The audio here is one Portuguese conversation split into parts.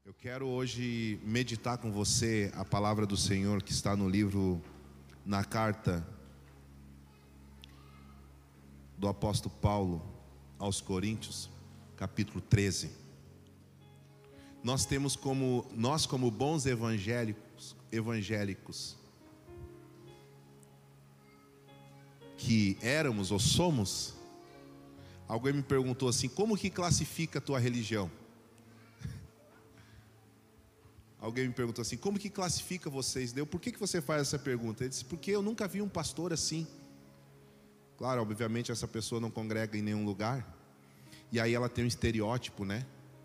Eu quero hoje meditar com você a palavra do Senhor que está no livro, na carta do apóstolo Paulo aos Coríntios, capítulo 13. Nós como bons evangélicos que éramos ou somos, alguém me perguntou assim: como que classifica a tua religião? Alguém me perguntou assim: como que classifica vocês? Por que você faz essa pergunta? Ele disse: porque eu nunca vi um pastor assim. Claro, obviamente essa pessoa não congrega em nenhum lugar, e aí ela tem um estereótipo, né?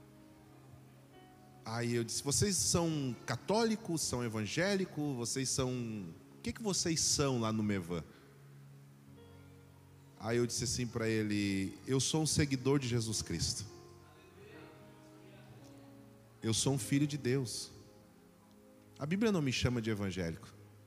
Aí eu disse: vocês são católicos, são evangélicos, vocês são... O que vocês são lá no Mevan? Aí eu disse assim para ele: eu sou um seguidor de Jesus Cristo. Eu sou um filho de Deus. A Bíblia não me chama de evangélico.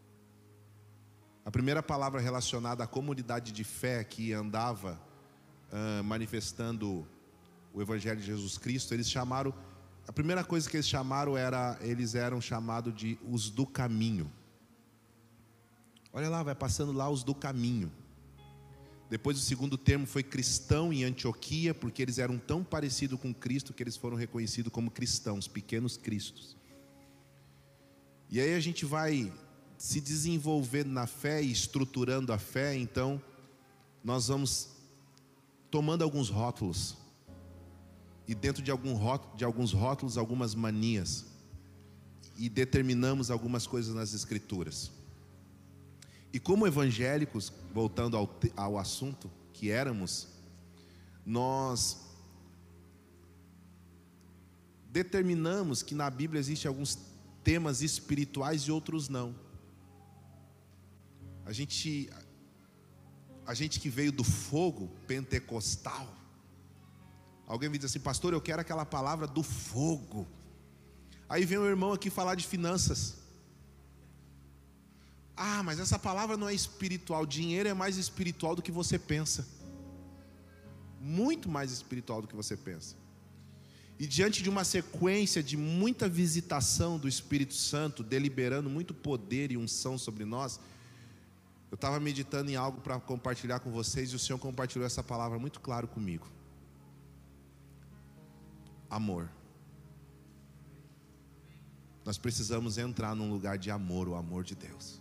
A primeira palavra relacionada à comunidade de fé que andava manifestando o Evangelho de Jesus Cristo, eles chamaram... A primeira coisa que eles chamaram era... Eles eram chamados de os do caminho. Olha lá, vai passando lá os do caminho. Depois o segundo termo foi cristão em Antioquia, porque eles eram tão parecidos com Cristo que eles foram reconhecidos como cristãos, pequenos cristos. E aí a gente vai se desenvolvendo na fé e estruturando a fé. Então nós vamos tomando alguns rótulos, e dentro de alguns rótulos, algumas manias, e determinamos algumas coisas nas Escrituras. E como evangélicos, voltando ao assunto que éramos, nós determinamos que na Bíblia existem alguns temas espirituais e outros não. A gente que veio do fogo pentecostal, alguém me diz assim: pastor, eu quero aquela palavra do fogo. Aí vem um irmão aqui falar de finanças. Ah, mas essa palavra não é espiritual. Dinheiro é mais espiritual do que você pensa. Muito mais espiritual do que você pensa. E diante de uma sequência de muita visitação do Espírito Santo, deliberando muito poder e unção sobre nós, eu estava meditando em algo para compartilhar com vocês, e o Senhor compartilhou essa palavra muito claro comigo. Amor. Nós precisamos entrar num lugar de amor, o amor de Deus.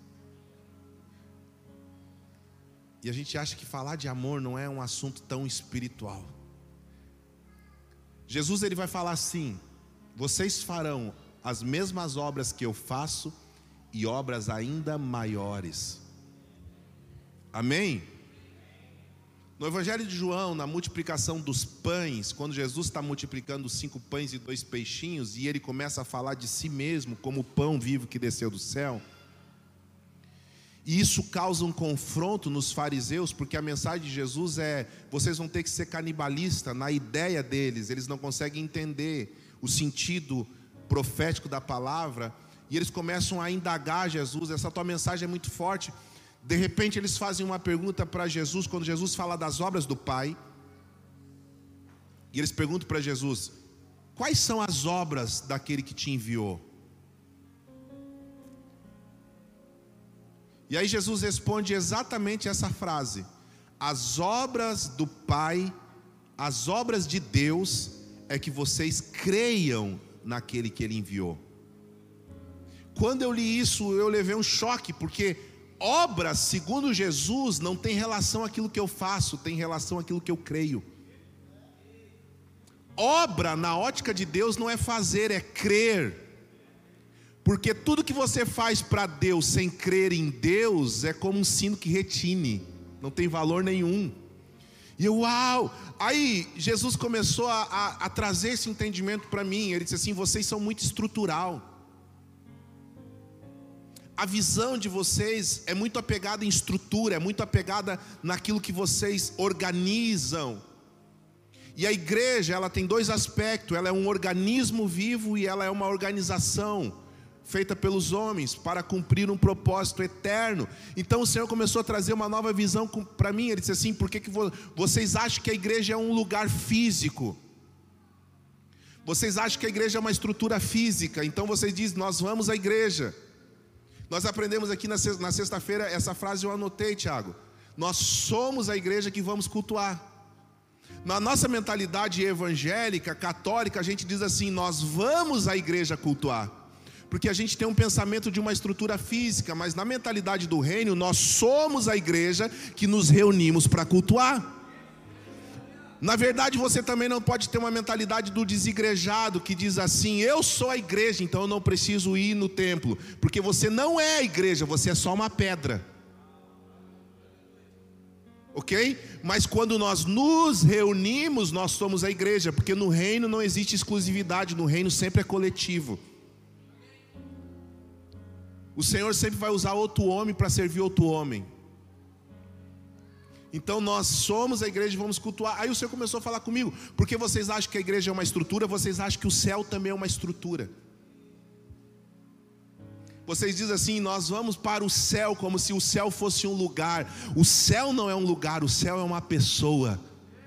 E a gente acha que falar de amor não é um assunto tão espiritual. Jesus, ele vai falar assim: vocês farão as mesmas obras que eu faço, e obras ainda maiores. Amém? No Evangelho de João, na multiplicação dos pães, quando Jesus está multiplicando 5 pães e 2 peixinhos, e ele começa a falar de si mesmo como o pão vivo que desceu do céu, e isso causa um confronto nos fariseus, porque a mensagem de Jesus é: vocês vão ter que ser canibalistas. Na ideia deles, eles não conseguem entender o sentido profético da palavra, e eles começam a indagar Jesus: essa tua mensagem é muito forte. De repente eles fazem uma pergunta para Jesus, quando Jesus fala das obras do Pai, e eles perguntam para Jesus: quais são as obras daquele que te enviou? E aí Jesus responde exatamente essa frase: as obras do Pai, as obras de Deus, é que vocês creiam naquele que Ele enviou. Quando eu li isso, eu levei um choque, porque obras, segundo Jesus, não tem relação àquilo que eu faço, tem relação àquilo que eu creio. Obra, na ótica de Deus, não é fazer, é crer. Porque tudo que você faz para Deus sem crer em Deus é como um sino que retine, não tem valor nenhum. E eu, uau! Aí Jesus começou a trazer esse entendimento para mim. Ele disse assim: vocês são muito estrutural. A visão de vocês é muito apegada em estrutura, é muito apegada naquilo que vocês organizam. E a igreja, ela tem 2 aspectos: ela é um organismo vivo e ela é uma organização feita pelos homens para cumprir um propósito eterno. Então o Senhor começou a trazer uma nova visão para mim. Ele disse assim: por que vocês acham que a igreja é um lugar físico? Vocês acham que a igreja é uma estrutura física, então vocês dizem, nós vamos à igreja. Nós aprendemos aqui na sexta-feira, essa frase eu anotei, Tiago. Nós somos a igreja que vamos cultuar. Na nossa mentalidade evangélica, católica, a gente diz assim, nós vamos à igreja cultuar. Porque a gente tem um pensamento de uma estrutura física, mas na mentalidade do reino, nós somos a igreja que nos reunimos para cultuar. Na verdade, você também não pode ter uma mentalidade do desigrejado, que diz assim, eu sou a igreja, então eu não preciso ir no templo. Porque você não é a igreja, você é só uma pedra. Ok? Mas quando nós nos reunimos, nós somos a igreja. Porque no reino não existe exclusividade, no reino sempre é coletivo. O Senhor sempre vai usar outro homem para servir outro homem. Então nós somos a igreja e vamos cultuar. Aí o Senhor começou a falar comigo, porque vocês acham que a igreja é uma estrutura, vocês acham que o céu também é uma estrutura. Vocês dizem assim, nós vamos para o céu, como se o céu fosse um lugar. O céu não é um lugar, o céu é uma pessoa.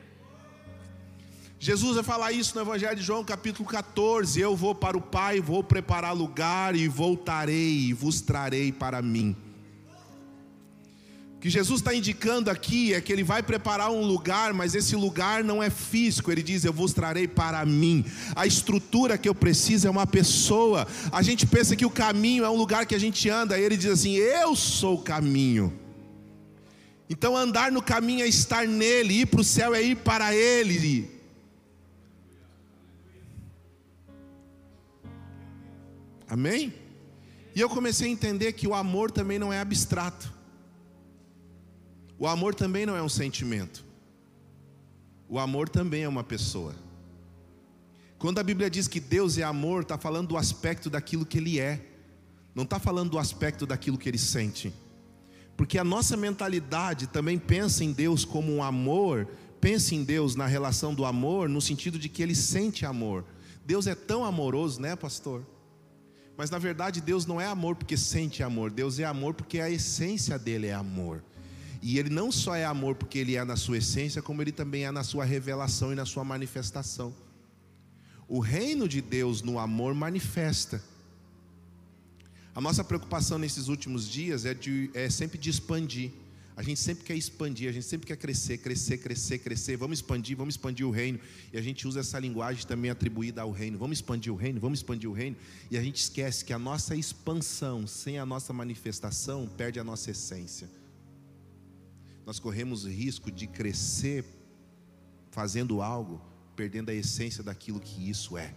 Jesus vai falar isso no Evangelho de João, capítulo 14, eu vou para o Pai, vou preparar lugar e voltarei e vos trarei para mim. O que Jesus está indicando aqui é que Ele vai preparar um lugar, mas esse lugar não é físico. Ele diz, eu vos trarei para mim. A estrutura que eu preciso é uma pessoa. A gente pensa que o caminho é um lugar que a gente anda. Aí Ele diz assim, eu sou o caminho. Então andar no caminho é estar nele, ir para o céu é ir para Ele. Amém? E eu comecei a entender que o amor também não é abstrato. O amor também não é um sentimento. O amor também é uma pessoa. Quando a Bíblia diz que Deus é amor, está falando do aspecto daquilo que Ele é. Não está falando do aspecto daquilo que Ele sente. Porque a nossa mentalidade também pensa em Deus como um amor. Pensa em Deus na relação do amor, no sentido de que Ele sente amor. Deus é tão amoroso, né, pastor? Mas na verdade Deus não é amor porque sente amor. Deus é amor porque a essência dele é amor. E Ele não só é amor porque Ele é na sua essência, como Ele também é na sua revelação e na sua manifestação. O reino de Deus no amor manifesta. A nossa preocupação nesses últimos dias é sempre de expandir. A gente sempre quer expandir, a gente sempre quer crescer. Vamos expandir o reino. E a gente usa essa linguagem também atribuída ao reino. Vamos expandir o reino. E a gente esquece que a nossa expansão, sem a nossa manifestação, perde a nossa essência. Nós corremos o risco de crescer fazendo algo, perdendo a essência daquilo que isso é.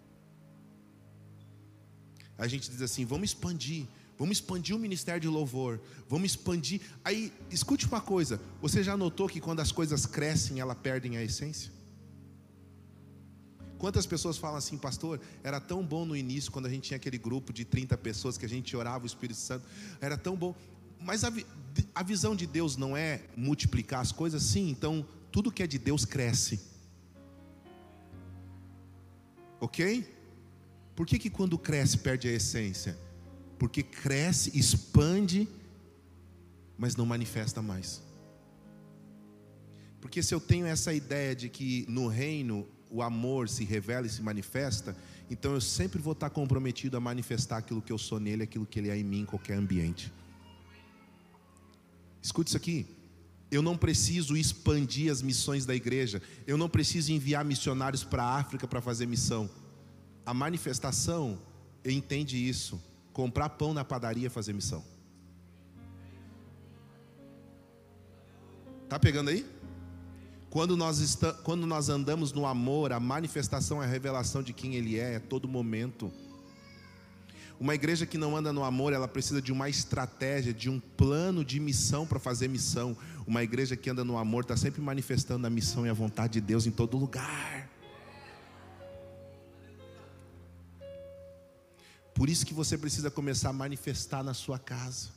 A gente diz assim, vamos expandir o ministério de louvor, vamos expandir. Aí, escute uma coisa, você já notou que quando as coisas crescem, elas perdem a essência? Quantas pessoas falam assim, pastor, era tão bom no início, quando a gente tinha aquele grupo de 30 pessoas, que a gente orava o Espírito Santo, era tão bom. Mas a visão de Deus não é multiplicar as coisas? Sim, então tudo que é de Deus cresce. Ok? Por que quando cresce perde a essência? Porque cresce, expande, mas não manifesta mais. Porque se eu tenho essa ideia de que no reino o amor se revela e se manifesta, então eu sempre vou estar comprometido a manifestar aquilo que eu sou nele, aquilo que ele é em mim, em qualquer ambiente. Escute isso aqui, eu não preciso expandir as missões da igreja, eu não preciso enviar missionários para a África para fazer missão. A manifestação entende isso, comprar pão na padaria é fazer missão. Está pegando aí? Quando nós andamos no amor, a manifestação é a revelação de quem Ele é todo momento. Uma igreja que não anda no amor, ela precisa de uma estratégia, de um plano de missão para fazer missão. Uma igreja que anda no amor está sempre manifestando a missão e a vontade de Deus em todo lugar. Por isso que você precisa começar a manifestar na sua casa.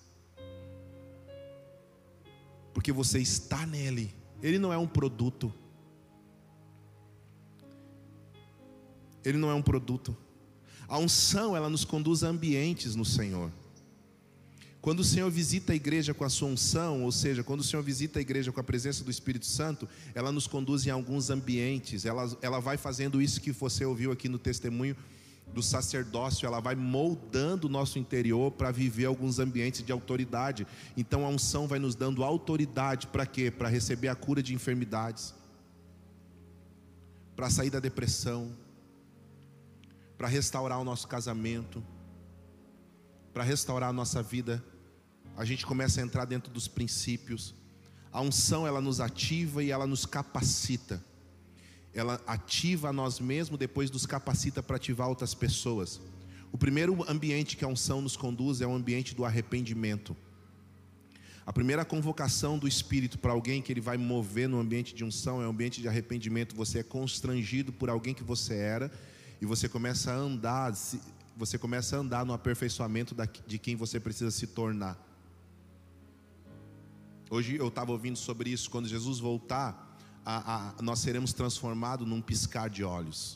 Porque você está nele. Ele não é um produto. Ele não é um produto. A unção, ela nos conduz a ambientes no Senhor. Quando o Senhor visita a igreja com a sua unção, ou seja, quando o Senhor visita a igreja com a presença do Espírito Santo, ela nos conduz em alguns ambientes, ela vai fazendo isso que você ouviu aqui no testemunho do sacerdócio, ela vai moldando o nosso interior para viver alguns ambientes de autoridade. Então a unção vai nos dando autoridade para quê? Para receber a cura de enfermidades, para sair da depressão, para restaurar o nosso casamento, para restaurar a nossa vida. A gente começa a entrar dentro dos princípios. A unção, ela nos ativa e ela nos capacita. Ela ativa a nós mesmos, depois nos capacita para ativar outras pessoas. O primeiro ambiente que a unção nos conduz é o ambiente do arrependimento. A primeira convocação do Espírito para alguém que ele vai mover no ambiente de unção é o ambiente de arrependimento. Você é constrangido por alguém que você era e você começa a andar no aperfeiçoamento de quem você precisa se tornar. Hoje eu estava ouvindo sobre isso. Quando Jesus voltar, nós seremos transformados num piscar de olhos.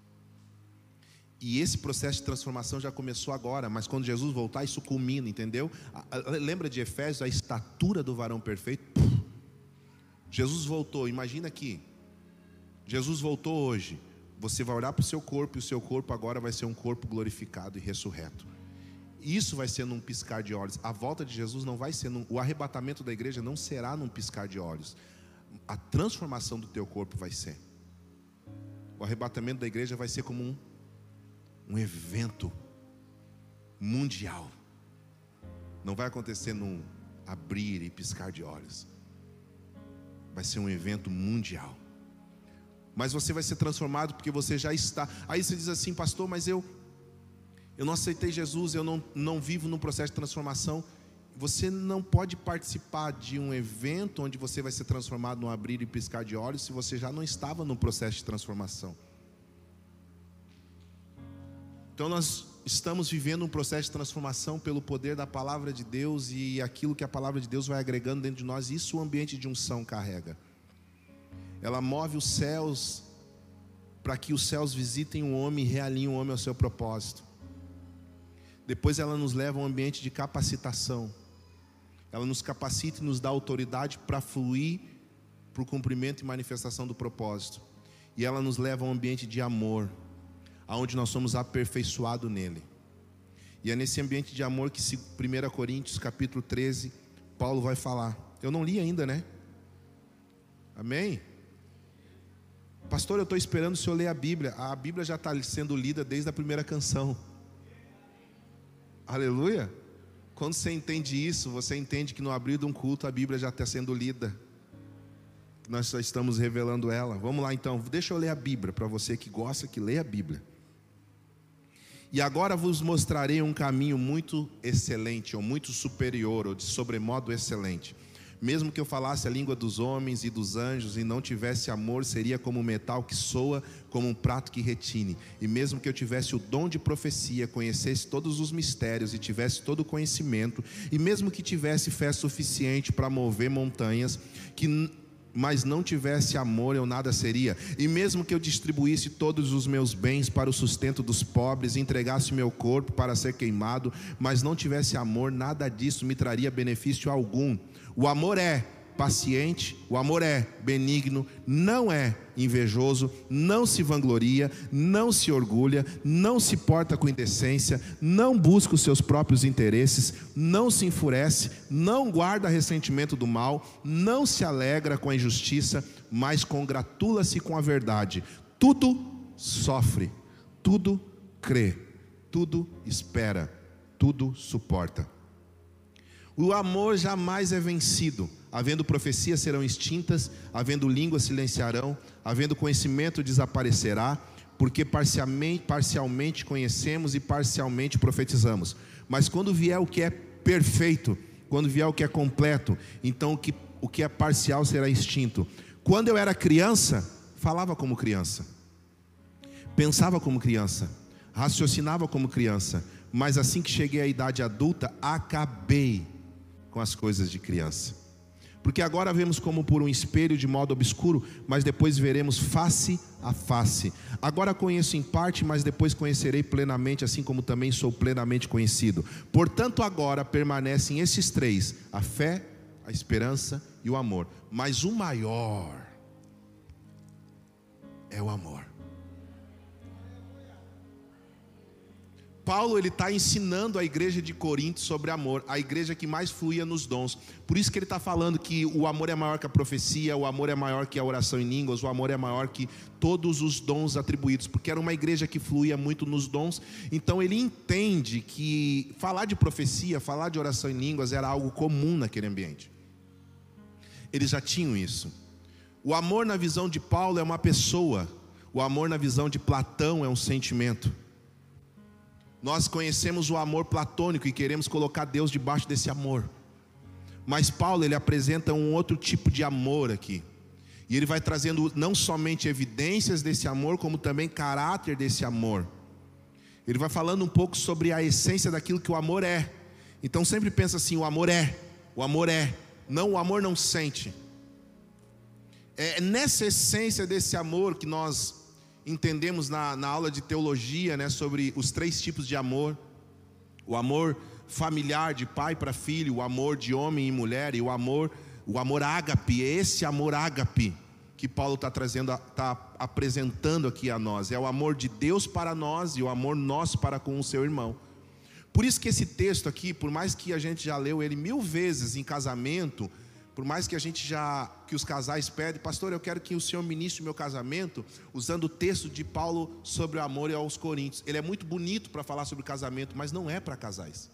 E esse processo de transformação já começou agora, mas quando Jesus voltar, isso culmina, entendeu? Lembra de Efésios, a estatura do varão perfeito? Jesus voltou, imagina aqui. Jesus voltou hoje. Você vai olhar para o seu corpo, e o seu corpo agora vai ser um corpo glorificado e ressurreto. Isso vai ser num piscar de olhos. A volta de Jesus não vai ser o arrebatamento da igreja não será num piscar de olhos. A transformação do teu corpo vai ser. O arrebatamento da igreja vai ser como um evento mundial. Não vai acontecer num abrir e piscar de olhos. Vai ser um evento mundial. Mas você vai ser transformado porque você já está. Aí você diz assim: pastor, mas eu não aceitei Jesus, eu não vivo num processo de transformação. Você não pode participar de um evento onde você vai ser transformado num abrir e piscar de olhos se você já não estava no processo de transformação. Então nós estamos vivendo um processo de transformação pelo poder da palavra de Deus e aquilo que a palavra de Deus vai agregando dentro de nós. Isso o ambiente de unção carrega. Ela move os céus para que os céus visitem o homem e realinhem o homem ao seu propósito. Depois ela nos leva a um ambiente de capacitação. Ela nos capacita e nos dá autoridade para fluir para o cumprimento e manifestação do propósito. E ela nos leva a um ambiente de amor, aonde nós somos aperfeiçoados nele. E é nesse ambiente de amor que 1 Coríntios capítulo 13, Paulo vai falar. Eu não li ainda, né? Amém? Pastor, eu estou esperando o senhor ler a Bíblia. A Bíblia já está sendo lida desde a primeira canção. Aleluia. Quando você entende isso, você entende que no abrir de um culto a Bíblia já está sendo lida. Nós só estamos revelando ela. Vamos lá então, deixa eu ler a Bíblia, para você que gosta, que lê a Bíblia. E agora vos mostrarei um caminho muito excelente, ou muito superior, ou de sobremodo excelente. Mesmo que eu falasse a língua dos homens e dos anjos e não tivesse amor, seria como um metal que soa, como um prato que retine. E mesmo que eu tivesse o dom de profecia, conhecesse todos os mistérios e tivesse todo o conhecimento, e mesmo que tivesse fé suficiente para mover montanhas, mas não tivesse amor, eu nada seria. E mesmo que eu distribuísse todos os meus bens para o sustento dos pobres, entregasse meu corpo para ser queimado, mas não tivesse amor, nada disso me traria benefício algum. O amor é paciente, o amor é benigno, não é invejoso, não se vangloria, não se orgulha, não se porta com indecência, não busca os seus próprios interesses, não se enfurece, não guarda ressentimento do mal, não se alegra com a injustiça, mas congratula-se com a verdade. Tudo sofre, tudo crê, tudo espera, tudo suporta. O amor jamais é vencido. Havendo profecias serão extintas, havendo línguas silenciarão, havendo conhecimento desaparecerá, porque parcialmente conhecemos e parcialmente profetizamos. Mas quando vier o que é perfeito, quando vier o que é completo, então o que é parcial será extinto. Quando eu era criança, falava como criança, pensava como criança, raciocinava como criança, mas assim que cheguei à idade adulta, acabei com as coisas de criança. Porque agora vemos como por um espelho de modo obscuro, mas depois veremos face a face. Agora conheço em parte, mas depois conhecerei plenamente, assim como também sou plenamente conhecido. Portanto agora permanecem esses três: a fé, a esperança e o amor. Mas o maior é o amor. Paulo, ele está ensinando a igreja de Corinto sobre amor, a igreja que mais fluía nos dons. Por isso que ele está falando que o amor é maior que a profecia, o amor é maior que a oração em línguas, o amor é maior que todos os dons atribuídos, porque era uma igreja que fluía muito nos dons. Então ele entende que falar de profecia, falar de oração em línguas era algo comum naquele ambiente. Eles já tinham isso. O amor na visão de Paulo é uma pessoa, o amor na visão de Platão é um sentimento. Nós conhecemos o amor platônico e queremos colocar Deus debaixo desse amor. Mas Paulo, ele apresenta um outro tipo de amor aqui. E ele vai trazendo não somente evidências desse amor, como também caráter desse amor. Ele vai falando um pouco sobre a essência daquilo que o amor é. Então sempre pensa assim: o amor é. Não, o amor não sente. É nessa essência desse amor que nós entendemos na aula de teologia, né, sobre os três tipos de amor: o amor familiar, de pai para filho, o amor de homem e mulher, e o amor ágape. É esse amor ágape que Paulo está apresentando aqui a nós. É o amor de Deus para nós e o amor nosso para com o seu irmão. Por isso que esse texto aqui, por mais que a gente já leu ele 1000 vezes em casamento, por mais que que os casais pedem: pastor, eu quero que o senhor ministre o meu casamento, usando o texto de Paulo sobre o amor aos Coríntios. Ele é muito bonito para falar sobre casamento, mas não é para casais.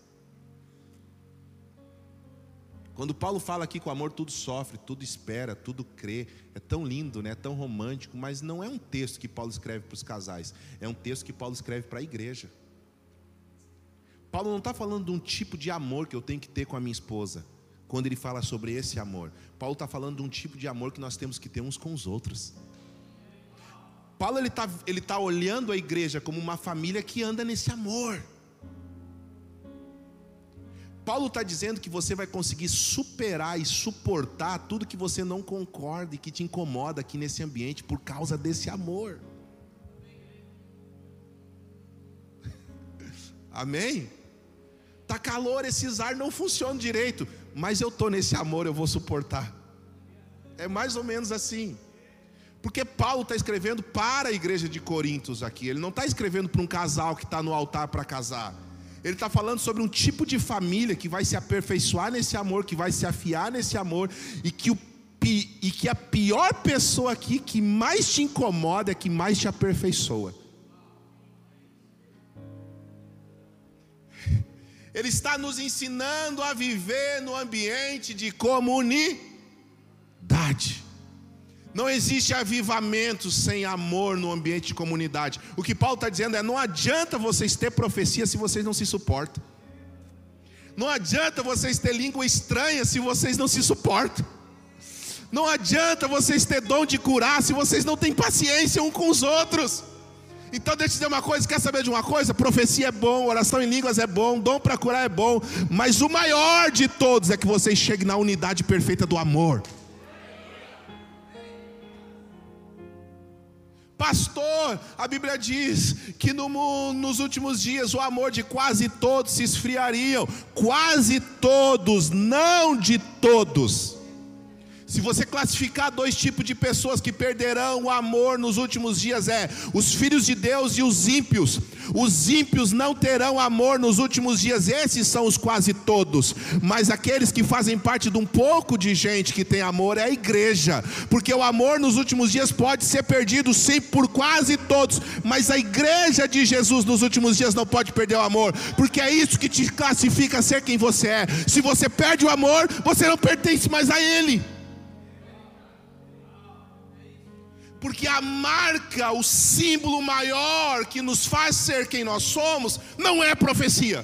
Quando Paulo fala aqui que o amor tudo sofre, tudo espera, tudo crê, é tão lindo, né? É tão romântico, mas não é um texto que Paulo escreve para os casais, é um texto que Paulo escreve para a igreja. Paulo não está falando de um tipo de amor que eu tenho que ter com a minha esposa. Quando ele fala sobre esse amor, Paulo está falando de um tipo de amor que nós temos que ter uns com os outros. Paulo ele tá olhando a igreja como uma família que anda nesse amor. Paulo está dizendo que você vai conseguir superar e suportar tudo que você não concorda e que te incomoda aqui nesse ambiente por causa desse amor. Amém? Tá calor, esses ar não funcionam direito, mas eu estou nesse amor, eu vou suportar. É mais ou menos assim. Porque Paulo está escrevendo para a igreja de Corintos aqui. Ele não está escrevendo para um casal que está no altar para casar. Ele está falando sobre um tipo de família que vai se aperfeiçoar nesse amor, que vai se afiar nesse amor, e que a pior pessoa aqui que mais te incomoda é que mais te aperfeiçoa. Ele está nos ensinando a viver no ambiente de comunidade. Não existe avivamento sem amor no ambiente de comunidade. O que Paulo está dizendo é: não adianta vocês ter profecia se vocês não se suportam. Não adianta vocês ter língua estranha se vocês não se suportam. Não adianta vocês ter dom de curar se vocês não têm paciência uns com os outros. Então deixa eu dizer uma coisa, quer saber de uma coisa? Profecia é bom, oração em línguas é bom, dom para curar é bom, mas o maior de todos é que vocês cheguem na unidade perfeita do amor. Pastor, a Bíblia diz que nos últimos dias o amor de quase todos se esfriariam. Quase todos, não de todos. Se você classificar dois tipos de pessoas que perderão o amor nos últimos dias, os filhos de Deus e os ímpios. Os ímpios não terão amor nos últimos dias, esses são os quase todos. Mas aqueles que fazem parte de um pouco de gente que tem amor é a igreja. Porque o amor nos últimos dias pode ser perdido sim por quase todos, mas a igreja de Jesus nos últimos dias não pode perder o amor, porque é isso que te classifica a ser quem você é. Se você perde o amor, você não pertence mais a Ele. Porque a marca, o símbolo maior que nos faz ser quem nós somos, não é profecia.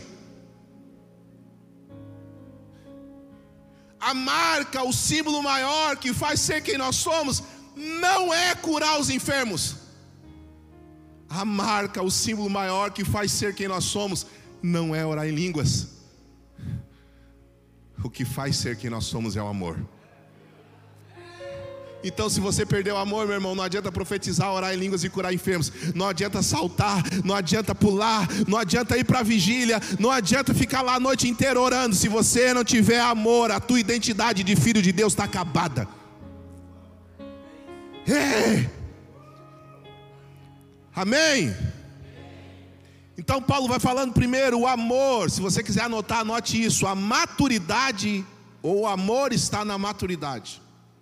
A marca, o símbolo maior que faz ser quem nós somos, não é curar os enfermos. A marca, o símbolo maior que faz ser quem nós somos, não é orar em línguas. O que faz ser quem nós somos é o amor. Então, se você perdeu o amor, meu irmão, não adianta profetizar, orar em línguas e curar enfermos, não adianta saltar, não adianta pular, não adianta ir para a vigília, não adianta ficar lá a noite inteira orando. Se você não tiver amor, a tua identidade de filho de Deus está acabada. Amém? Então Paulo vai falando primeiro o amor. Se você quiser anotar, anote isso. A maturidade, ou o amor está na maturidade.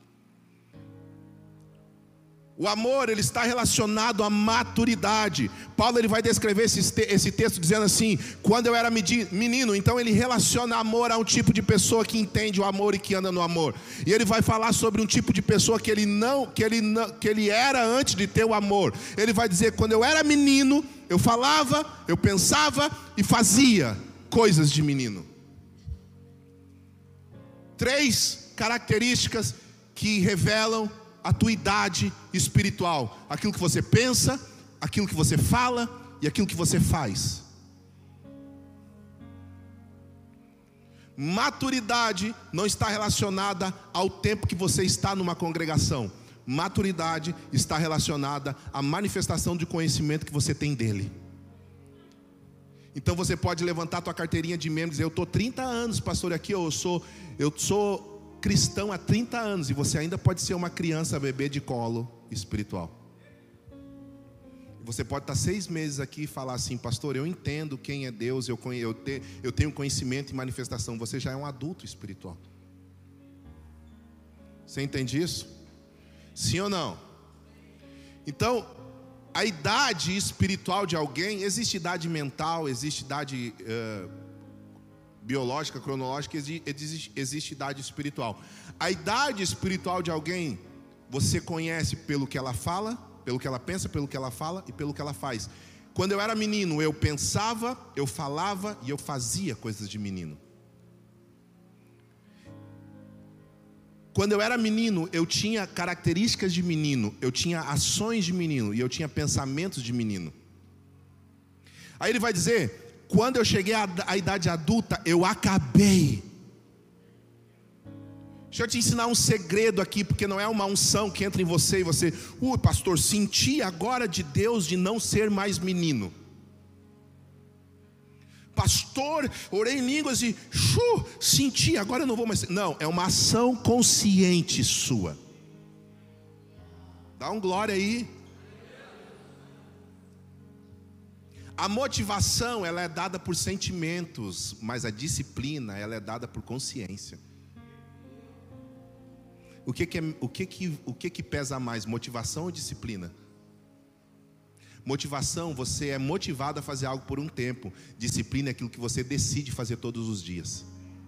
O amor, ele está relacionado à maturidade. Paulo, ele vai descrever esse texto dizendo assim: quando eu era menino. Então ele relaciona amor a um tipo de pessoa que entende o amor e que anda no amor. E ele vai falar sobre um tipo de pessoa que ele era antes de ter o amor. Ele vai dizer: quando eu era menino, eu falava, eu pensava e fazia coisas de menino. 3 características que revelam a tua idade espiritual: aquilo que você pensa, aquilo que você fala e aquilo que você faz. Maturidade não está relacionada ao tempo que você está numa congregação. Maturidade está relacionada à manifestação de conhecimento que você tem dele. Então você pode levantar a tua carteirinha de membro e dizer: eu estou 30 anos, pastor, aqui eu sou cristão há 30 anos, e você ainda pode ser uma criança, bebê de colo espiritual. Você pode estar 6 meses aqui e falar assim: pastor, eu entendo quem é Deus, eu tenho conhecimento e manifestação. Você já é um adulto espiritual. Você entende isso? Sim ou não? Então, a idade espiritual de alguém, existe idade mental, existe idade biológica, cronológica, existe idade espiritual. A idade espiritual de alguém, você conhece pelo que ela fala, pelo que ela pensa, pelo que ela fala e pelo que ela faz. Quando eu era menino, eu pensava, eu falava e eu fazia coisas de menino. Quando eu era menino, eu tinha características de menino, eu tinha ações de menino e eu tinha pensamentos de menino. Aí ele vai dizer: quando eu cheguei à idade adulta, eu acabei. Deixa eu te ensinar um segredo aqui, porque não é uma unção que entra em você e você: pastor, senti agora de Deus de não ser mais menino. Pastor, orei em línguas e senti, agora eu não vou mais. Não, é uma ação consciente sua. Dá um glória aí. A motivação, ela é dada por sentimentos, mas a disciplina, ela é dada por consciência. O que pesa mais, motivação ou disciplina? Motivação, você é motivado a fazer algo por um tempo. Disciplina é aquilo que você decide fazer todos os dias.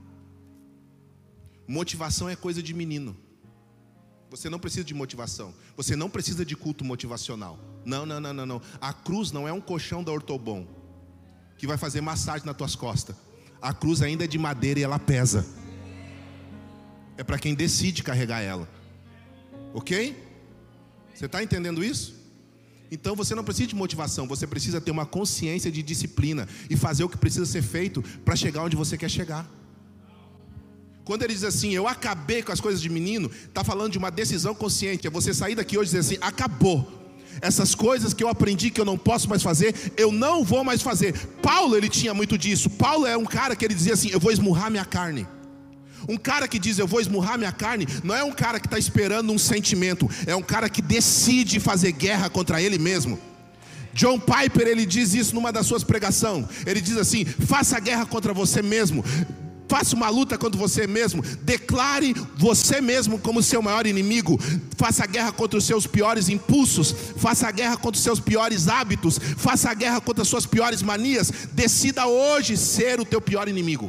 Motivação é coisa de menino. Você não precisa de motivação. Você não precisa de culto motivacional. Não. A cruz não é um colchão da Ortobon que vai fazer massagem nas tuas costas. A cruz ainda é de madeira e ela pesa. É para quem decide carregar ela. Ok? Você está entendendo isso? Então você não precisa de motivação. Você precisa ter uma consciência de disciplina e fazer o que precisa ser feito para chegar onde você quer chegar. Quando ele diz assim: eu acabei com as coisas de menino, está falando de uma decisão consciente. É você sair daqui hoje e dizer assim: acabou. Essas coisas que eu aprendi que eu não posso mais fazer, eu não vou mais fazer. Paulo, ele tinha muito disso. Paulo é um cara que ele dizia assim: eu vou esmurrar minha carne. Um cara que diz eu vou esmurrar minha carne, não é um cara que está esperando um sentimento, é um cara que decide fazer guerra contra ele mesmo. John Piper, ele diz isso numa das suas pregações. Ele diz assim: faça guerra contra você mesmo. Faça uma luta contra você mesmo. Declare você mesmo como seu maior inimigo. Faça guerra contra os seus piores impulsos. Faça guerra contra os seus piores hábitos. Faça guerra contra as suas piores manias. Decida hoje ser o teu pior inimigo.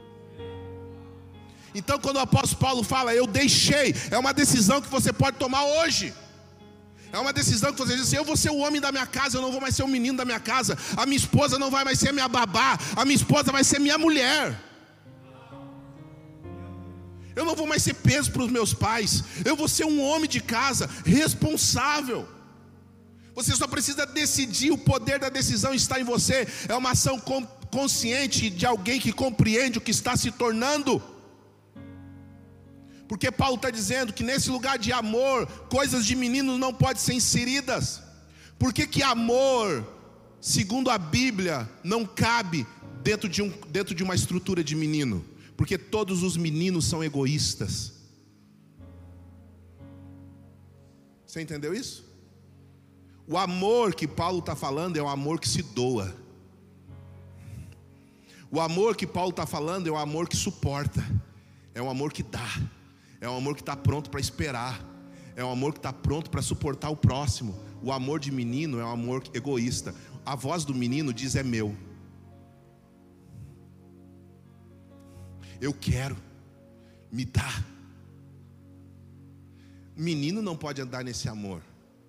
Então quando o apóstolo Paulo fala eu deixei, é uma decisão que você pode tomar hoje. É uma decisão que você diz assim: eu vou ser o homem da minha casa, eu não vou mais ser o menino da minha casa. A minha esposa não vai mais ser minha babá, a minha esposa vai ser minha mulher. Eu não vou mais ser peso para os meus pais. Eu vou ser um homem de casa responsável. Você só precisa decidir. O poder da decisão está em você. É uma ação consciente de alguém que compreende o que está se tornando. Porque Paulo está dizendo que nesse lugar de amor, coisas de meninos não podem ser inseridas. Por que amor, segundo a Bíblia, não cabe dentro de uma estrutura de menino? Porque todos os meninos são egoístas. Você entendeu isso? O amor que Paulo está falando é o amor que se doa. O amor que Paulo está falando é o amor que suporta. É o amor que dá. É um amor que está pronto para esperar. É um amor que está pronto para suportar o próximo. O amor de menino é um amor egoísta. A voz do menino diz: é meu. Eu quero. Me dá. Menino não pode andar nesse amor.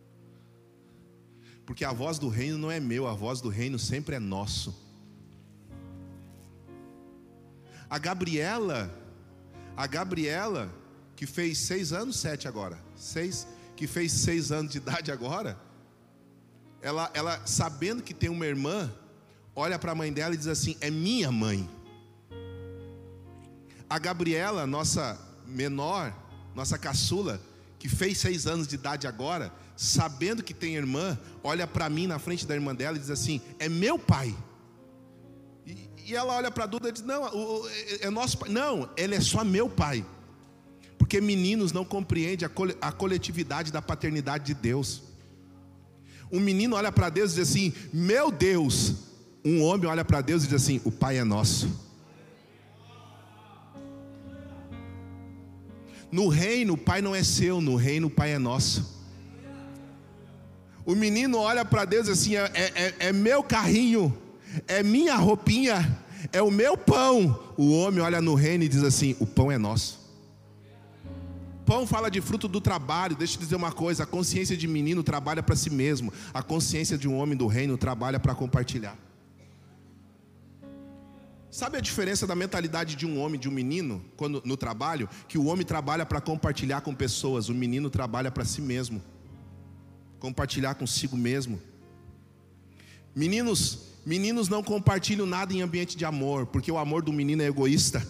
Porque a voz do reino não é meu. A voz do reino sempre é nosso. A Gabriela, que fez 6 anos, 7 agora, que fez 6 anos de idade agora, ela sabendo que tem uma irmã, olha para a mãe dela e diz assim: é minha mãe. A Gabriela, nossa menor, nossa caçula, que fez 6 anos de idade agora, sabendo que tem irmã, olha para mim na frente da irmã dela e diz assim: é meu pai. E ela olha para a Duda e diz: não, é nosso pai. Não, ele é só meu pai. Porque meninos não compreendem a coletividade da paternidade de Deus. Um menino olha para Deus e diz assim: meu Deus. Um homem olha para Deus e diz assim: o pai é nosso. No reino o pai não é seu, no reino o pai é nosso. O menino olha para Deus e diz assim: é meu carrinho, é minha roupinha, é o meu pão. O homem olha no reino e diz assim: o pão é nosso. Pão fala de fruto do trabalho. Deixa eu te dizer uma coisa: a consciência de menino trabalha para si mesmo. A consciência de um homem do reino trabalha para compartilhar. Sabe a diferença da mentalidade de um homem e de um menino quando no trabalho? Que o homem trabalha para compartilhar com pessoas, o menino trabalha para si mesmo, compartilhar consigo mesmo. Meninos não compartilham nada em ambiente de amor, porque o amor do menino é egoísta.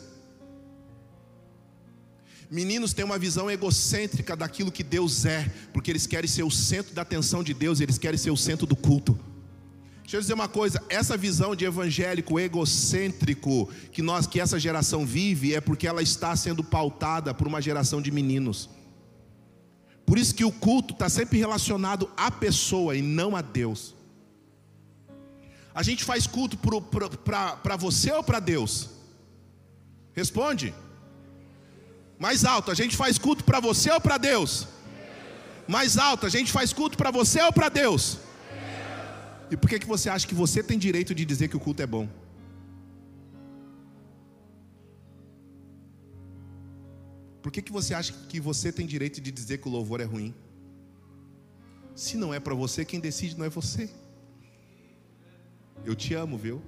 Meninos têm uma visão egocêntrica daquilo que Deus é, porque eles querem ser o centro da atenção de Deus, eles querem ser o centro do culto. Deixa eu dizer uma coisa: essa visão de evangélico egocêntrico que essa geração vive é porque ela está sendo pautada por uma geração de meninos. Por isso que o culto está sempre relacionado à pessoa e não a Deus. A gente faz culto para você ou para Deus? Responde. Mais alto: a gente faz culto para você ou para Deus? Mais alto: a gente faz culto para você ou para Deus? E por que você acha que você tem direito de dizer que o culto é bom? Por que você acha que você tem direito de dizer que o louvor é ruim? Se não é para você, quem decide não é você. Eu te amo, viu?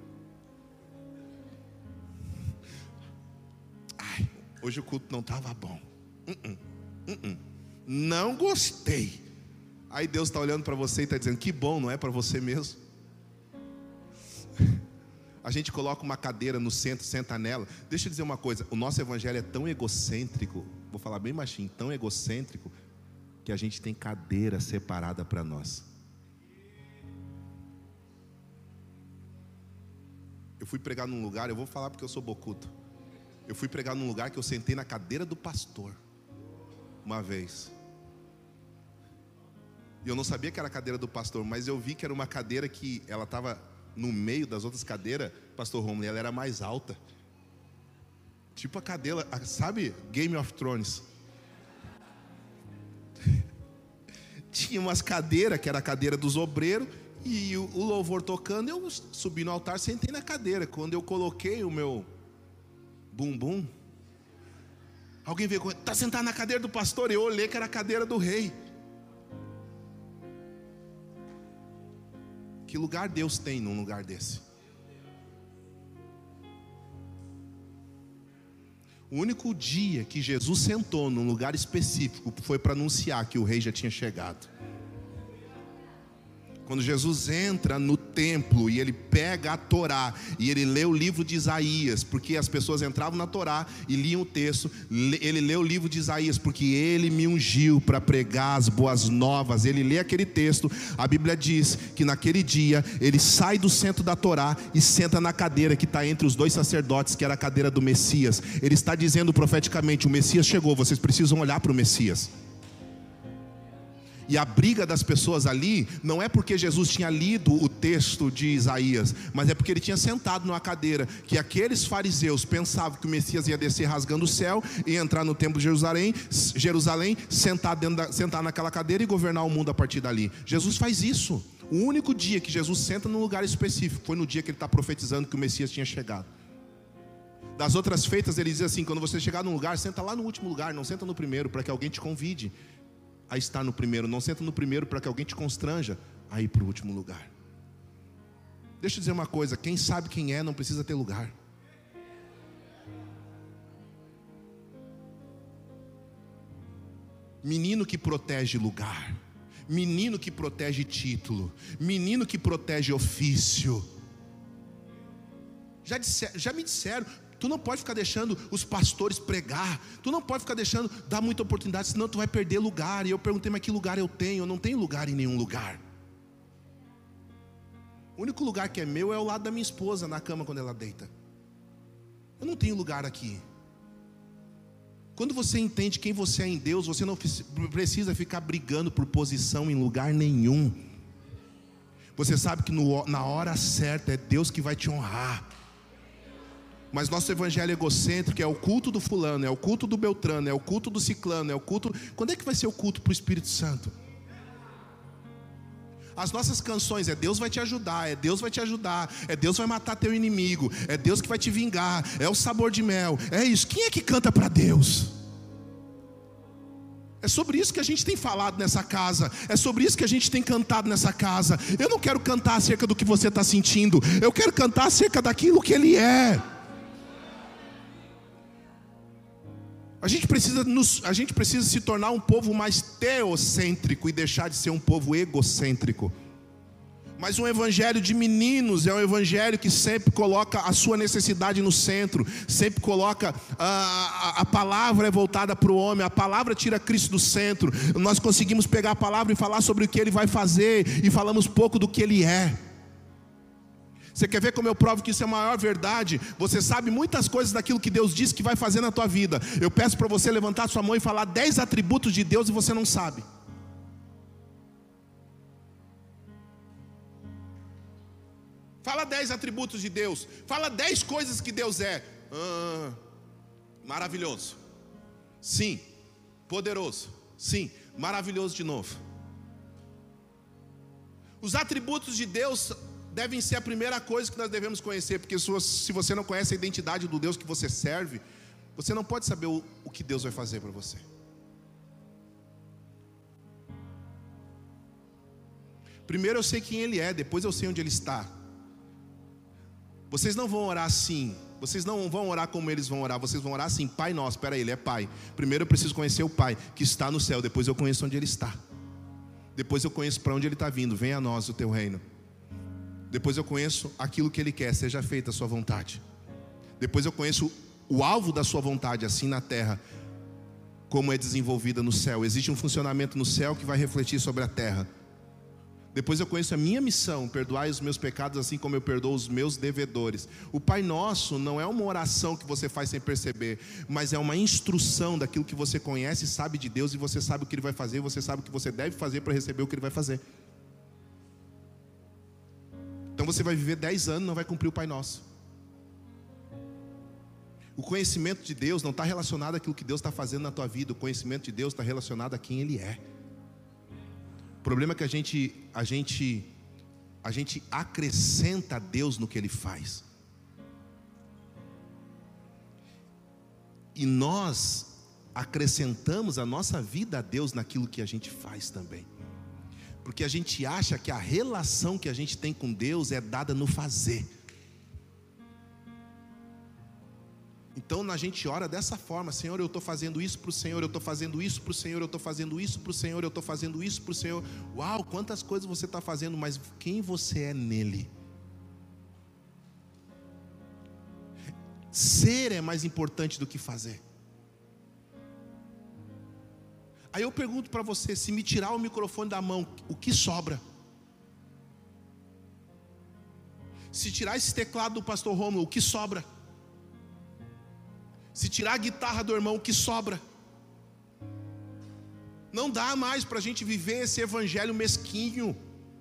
Ai, hoje o culto não estava bom. Não gostei. Aí Deus está olhando para você e está dizendo: que bom, não é para você mesmo? A gente coloca uma cadeira no centro, senta nela. Deixa eu dizer uma coisa: o nosso evangelho é tão egocêntrico, vou falar bem baixinho, tão egocêntrico, que a gente tem cadeira separada para nós. Eu fui pregar num lugar, eu vou falar porque eu sou bocudo. Eu fui pregar num lugar que eu sentei na cadeira do pastor uma vez. E eu não sabia que era a cadeira do pastor, mas eu vi que era uma cadeira que ela estava no meio das outras cadeiras. Pastor Romulo, ela era mais alta. Tipo a cadeira, sabe, Game of Thrones. Tinha umas cadeiras, que era a cadeira dos obreiros, e o louvor tocando, eu subi no altar, sentei na cadeira. Quando eu coloquei o meu bumbum, alguém veio, está sentado na cadeira do pastor? Eu olhei que era a cadeira do rei. Que lugar Deus tem num lugar desse? O único dia que Jesus sentou num lugar específico foi para anunciar que o rei já tinha chegado. Quando Jesus entra no templo e ele pega a Torá e ele lê o livro de Isaías, porque as pessoas entravam na Torá e liam o texto. Ele lê o livro de Isaías porque ele me ungiu para pregar as boas novas. Ele lê aquele texto. A Bíblia diz que naquele dia ele sai do centro da Torá e senta na cadeira que está entre os dois sacerdotes, que era a cadeira do Messias. Ele está dizendo profeticamente: o Messias chegou, vocês precisam olhar para o Messias. E a briga das pessoas ali não é porque Jesus tinha lido o texto de Isaías, mas é porque ele tinha sentado numa cadeira que aqueles fariseus pensavam que o Messias ia descer rasgando o céu e entrar no templo de Jerusalém, sentar naquela cadeira e governar o mundo a partir dali. Jesus faz isso. O único dia que Jesus senta num lugar específico foi no dia que ele está profetizando que o Messias tinha chegado. Das outras feitas ele diz assim: quando você chegar num lugar, senta lá no último lugar, não senta no primeiro, para que alguém te convide a estar no primeiro. Não senta no primeiro para que alguém te constranja a ir para o último lugar. Deixa eu dizer uma coisa: quem sabe quem é não precisa ter lugar. Menino que protege lugar, menino que protege título, menino que protege ofício. Já me disseram: tu não pode ficar deixando os pastores pregar, tu não pode ficar deixando dar muita oportunidade, senão tu vai perder lugar. E eu perguntei: mas que lugar eu tenho? Eu não tenho lugar em nenhum lugar. O único lugar que é meu é o lado da minha esposa, na cama quando ela deita. Eu não tenho lugar aqui. Quando você entende quem você é em Deus, você não precisa ficar brigando por posição em lugar nenhum. Você sabe que na hora certa é Deus que vai te honrar. Mas nosso evangelho egocêntrico é o culto do fulano, é o culto do Beltrano, é o culto do ciclano, é o culto... Quando é que vai ser o culto para o Espírito Santo? As nossas canções é Deus vai te ajudar, é Deus vai te ajudar, é Deus vai matar teu inimigo, é Deus que vai te vingar, é o sabor de mel, é isso. Quem é que canta para Deus? É sobre isso que a gente tem falado nessa casa, é sobre isso que a gente tem cantado nessa casa. Eu não quero cantar acerca do que você está sentindo, eu quero cantar acerca daquilo que Ele é. A gente precisa se tornar um povo mais teocêntrico e deixar de ser um povo egocêntrico. Mas um evangelho de meninos é um evangelho que sempre coloca a sua necessidade no centro, sempre coloca a palavra é voltada para o homem, a palavra tira Cristo do centro. Nós conseguimos pegar a palavra e falar sobre o que Ele vai fazer, e falamos pouco do que Ele é. Você quer ver como eu provo que isso é a maior verdade? Você sabe muitas coisas daquilo que Deus disse que vai fazer na tua vida. Eu peço para você levantar sua mão e falar 10 atributos de Deus e você não sabe. Fala 10 atributos de Deus. Fala 10 coisas que Deus é. Maravilhoso. Sim. Poderoso. Sim. Maravilhoso de novo. Os atributos de Deus devem ser a primeira coisa que nós devemos conhecer, porque se você não conhece a identidade do Deus que você serve, você não pode saber o que Deus vai fazer para você. Primeiro eu sei quem Ele é, depois eu sei onde Ele está. Vocês não vão orar assim, vocês não vão orar como eles vão orar, vocês vão orar assim: Pai nosso. Espera aí, Ele é Pai. Primeiro eu preciso conhecer o Pai que está no céu, depois eu conheço onde Ele está. Depois eu conheço para onde Ele está vindo. Venha a nós o Teu reino. Depois eu conheço aquilo que Ele quer, seja feita a sua vontade. Depois eu conheço o alvo da sua vontade, assim na terra, como é desenvolvida no céu. Existe um funcionamento no céu que vai refletir sobre a terra. Depois eu conheço a minha missão: perdoai os meus pecados assim como eu perdoo os meus devedores. O Pai Nosso não é uma oração que você faz sem perceber, mas é uma instrução daquilo que você conhece e sabe de Deus, e você sabe o que Ele vai fazer, você sabe o que você deve fazer para receber o que Ele vai fazer. Então você vai viver 10 anos e não vai cumprir o Pai Nosso. O conhecimento de Deus não está relacionado àquilo que Deus está fazendo na tua vida. O conhecimento de Deus está relacionado a quem Ele é. O problema é que a gente acrescenta a Deus no que Ele faz. E nós acrescentamos a nossa vida a Deus naquilo que a gente faz também. Porque a gente acha que a relação que a gente tem com Deus é dada no fazer. Então a gente ora dessa forma: Senhor, eu estou fazendo isso para o Senhor, eu estou fazendo isso para o Senhor, eu estou fazendo isso para o Senhor, eu estou fazendo isso para o Senhor. Uau, quantas coisas você está fazendo, mas quem você é nele? Ser é mais importante do que fazer. Aí eu pergunto para você: se me tirar o microfone da mão, o que sobra? Se tirar esse teclado do pastor Rômulo, o que sobra? Se tirar a guitarra do irmão, o que sobra? Não dá mais para a gente viver esse evangelho mesquinho,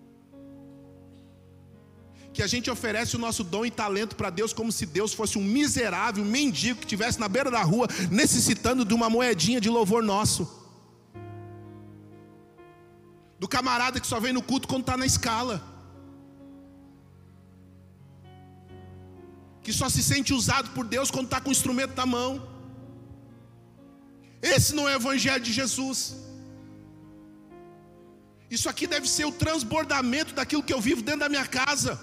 que a gente oferece o nosso dom e talento para Deus como se Deus fosse um miserável, um mendigo que estivesse na beira da rua necessitando de uma moedinha de louvor nosso, do camarada que só vem no culto quando está na escala, que só se sente usado por Deus quando está com o instrumento na mão. Esse não é o evangelho de Jesus. Isso aqui deve ser o transbordamento daquilo que eu vivo dentro da minha casa.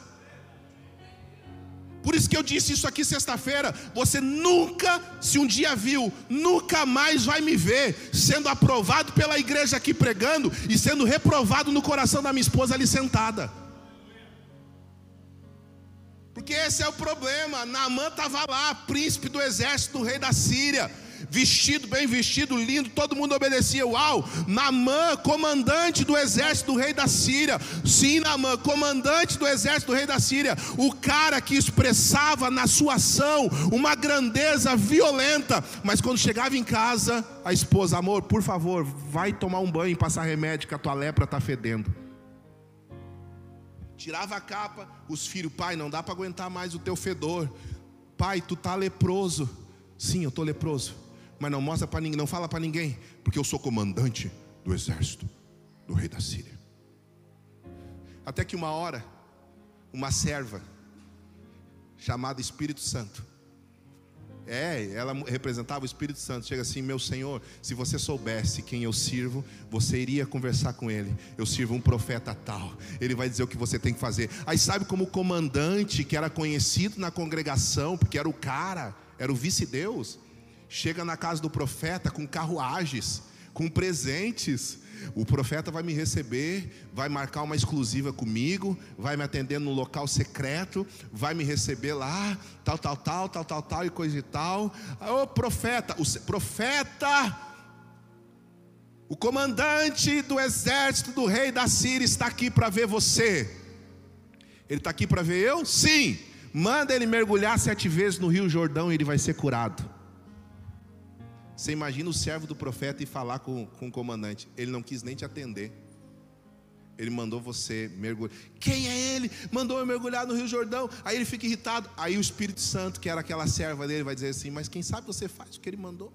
Por isso que eu disse isso aqui sexta-feira: você nunca, se um dia viu, nunca mais vai me ver sendo aprovado pela igreja aqui pregando e sendo reprovado no coração da minha esposa ali sentada. Porque esse é o problema. Naamã estava lá, príncipe do exército do rei da Síria, vestido, bem vestido, lindo, todo mundo obedecia. Uau, Naamã, comandante do exército do rei da Síria. Sim, Naamã, comandante do exército do rei da Síria. O cara que expressava na sua ação uma grandeza violenta. Mas quando chegava em casa, a esposa: amor, por favor, vai tomar um banho e passar remédio, que a tua lepra está fedendo. Tirava a capa, os filhos: pai, não dá para aguentar mais o teu fedor. Pai, tu tá leproso. Sim, eu estou leproso, mas não mostra para ninguém, não fala para ninguém, porque eu sou comandante do exército do rei da Síria. Até que uma hora, uma serva chamada Espírito Santo, ela representava o Espírito Santo, chega assim: meu Senhor, se você soubesse quem eu sirvo, você iria conversar com ele. Eu sirvo um profeta tal, ele vai dizer o que você tem que fazer. Aí sabe como o comandante, que era conhecido na congregação, porque era o cara, era o vice-deus, chega na casa do profeta com carruagens, com presentes. O profeta vai me receber, vai marcar uma exclusiva comigo, vai me atender no local secreto, vai me receber lá, tal e coisa e tal. Ô profeta, o comandante do exército do rei da Síria está aqui para ver você. Ele está aqui para ver eu? Sim. Manda ele mergulhar 7 vezes no Rio Jordão e ele vai ser curado. Você imagina o servo do profeta ir falar com o comandante. Ele não quis nem te atender. Ele mandou você mergulhar. Quem é ele? Mandou eu mergulhar no Rio Jordão. Aí ele fica irritado. Aí o Espírito Santo, que era aquela serva dele, vai dizer assim: mas quem sabe você faz o que ele mandou.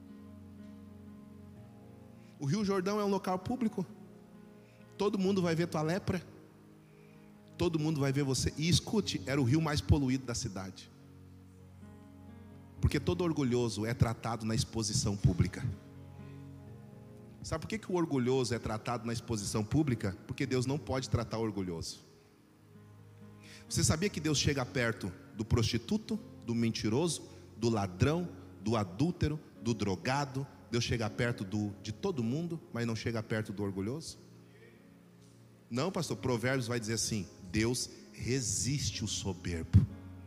O Rio Jordão é um local público. Todo mundo vai ver tua lepra. Todo mundo vai ver você. E escute, era o rio mais poluído da cidade. Porque todo orgulhoso é tratado na exposição pública. Sabe por que o orgulhoso é tratado na exposição pública? Porque Deus não pode tratar o orgulhoso. Você sabia que Deus chega perto do prostituto, do mentiroso, do ladrão, do adúltero, do drogado? Deus chega perto de todo mundo, mas não chega perto do orgulhoso? Não, pastor, Provérbios vai dizer assim: Deus resiste o soberbo,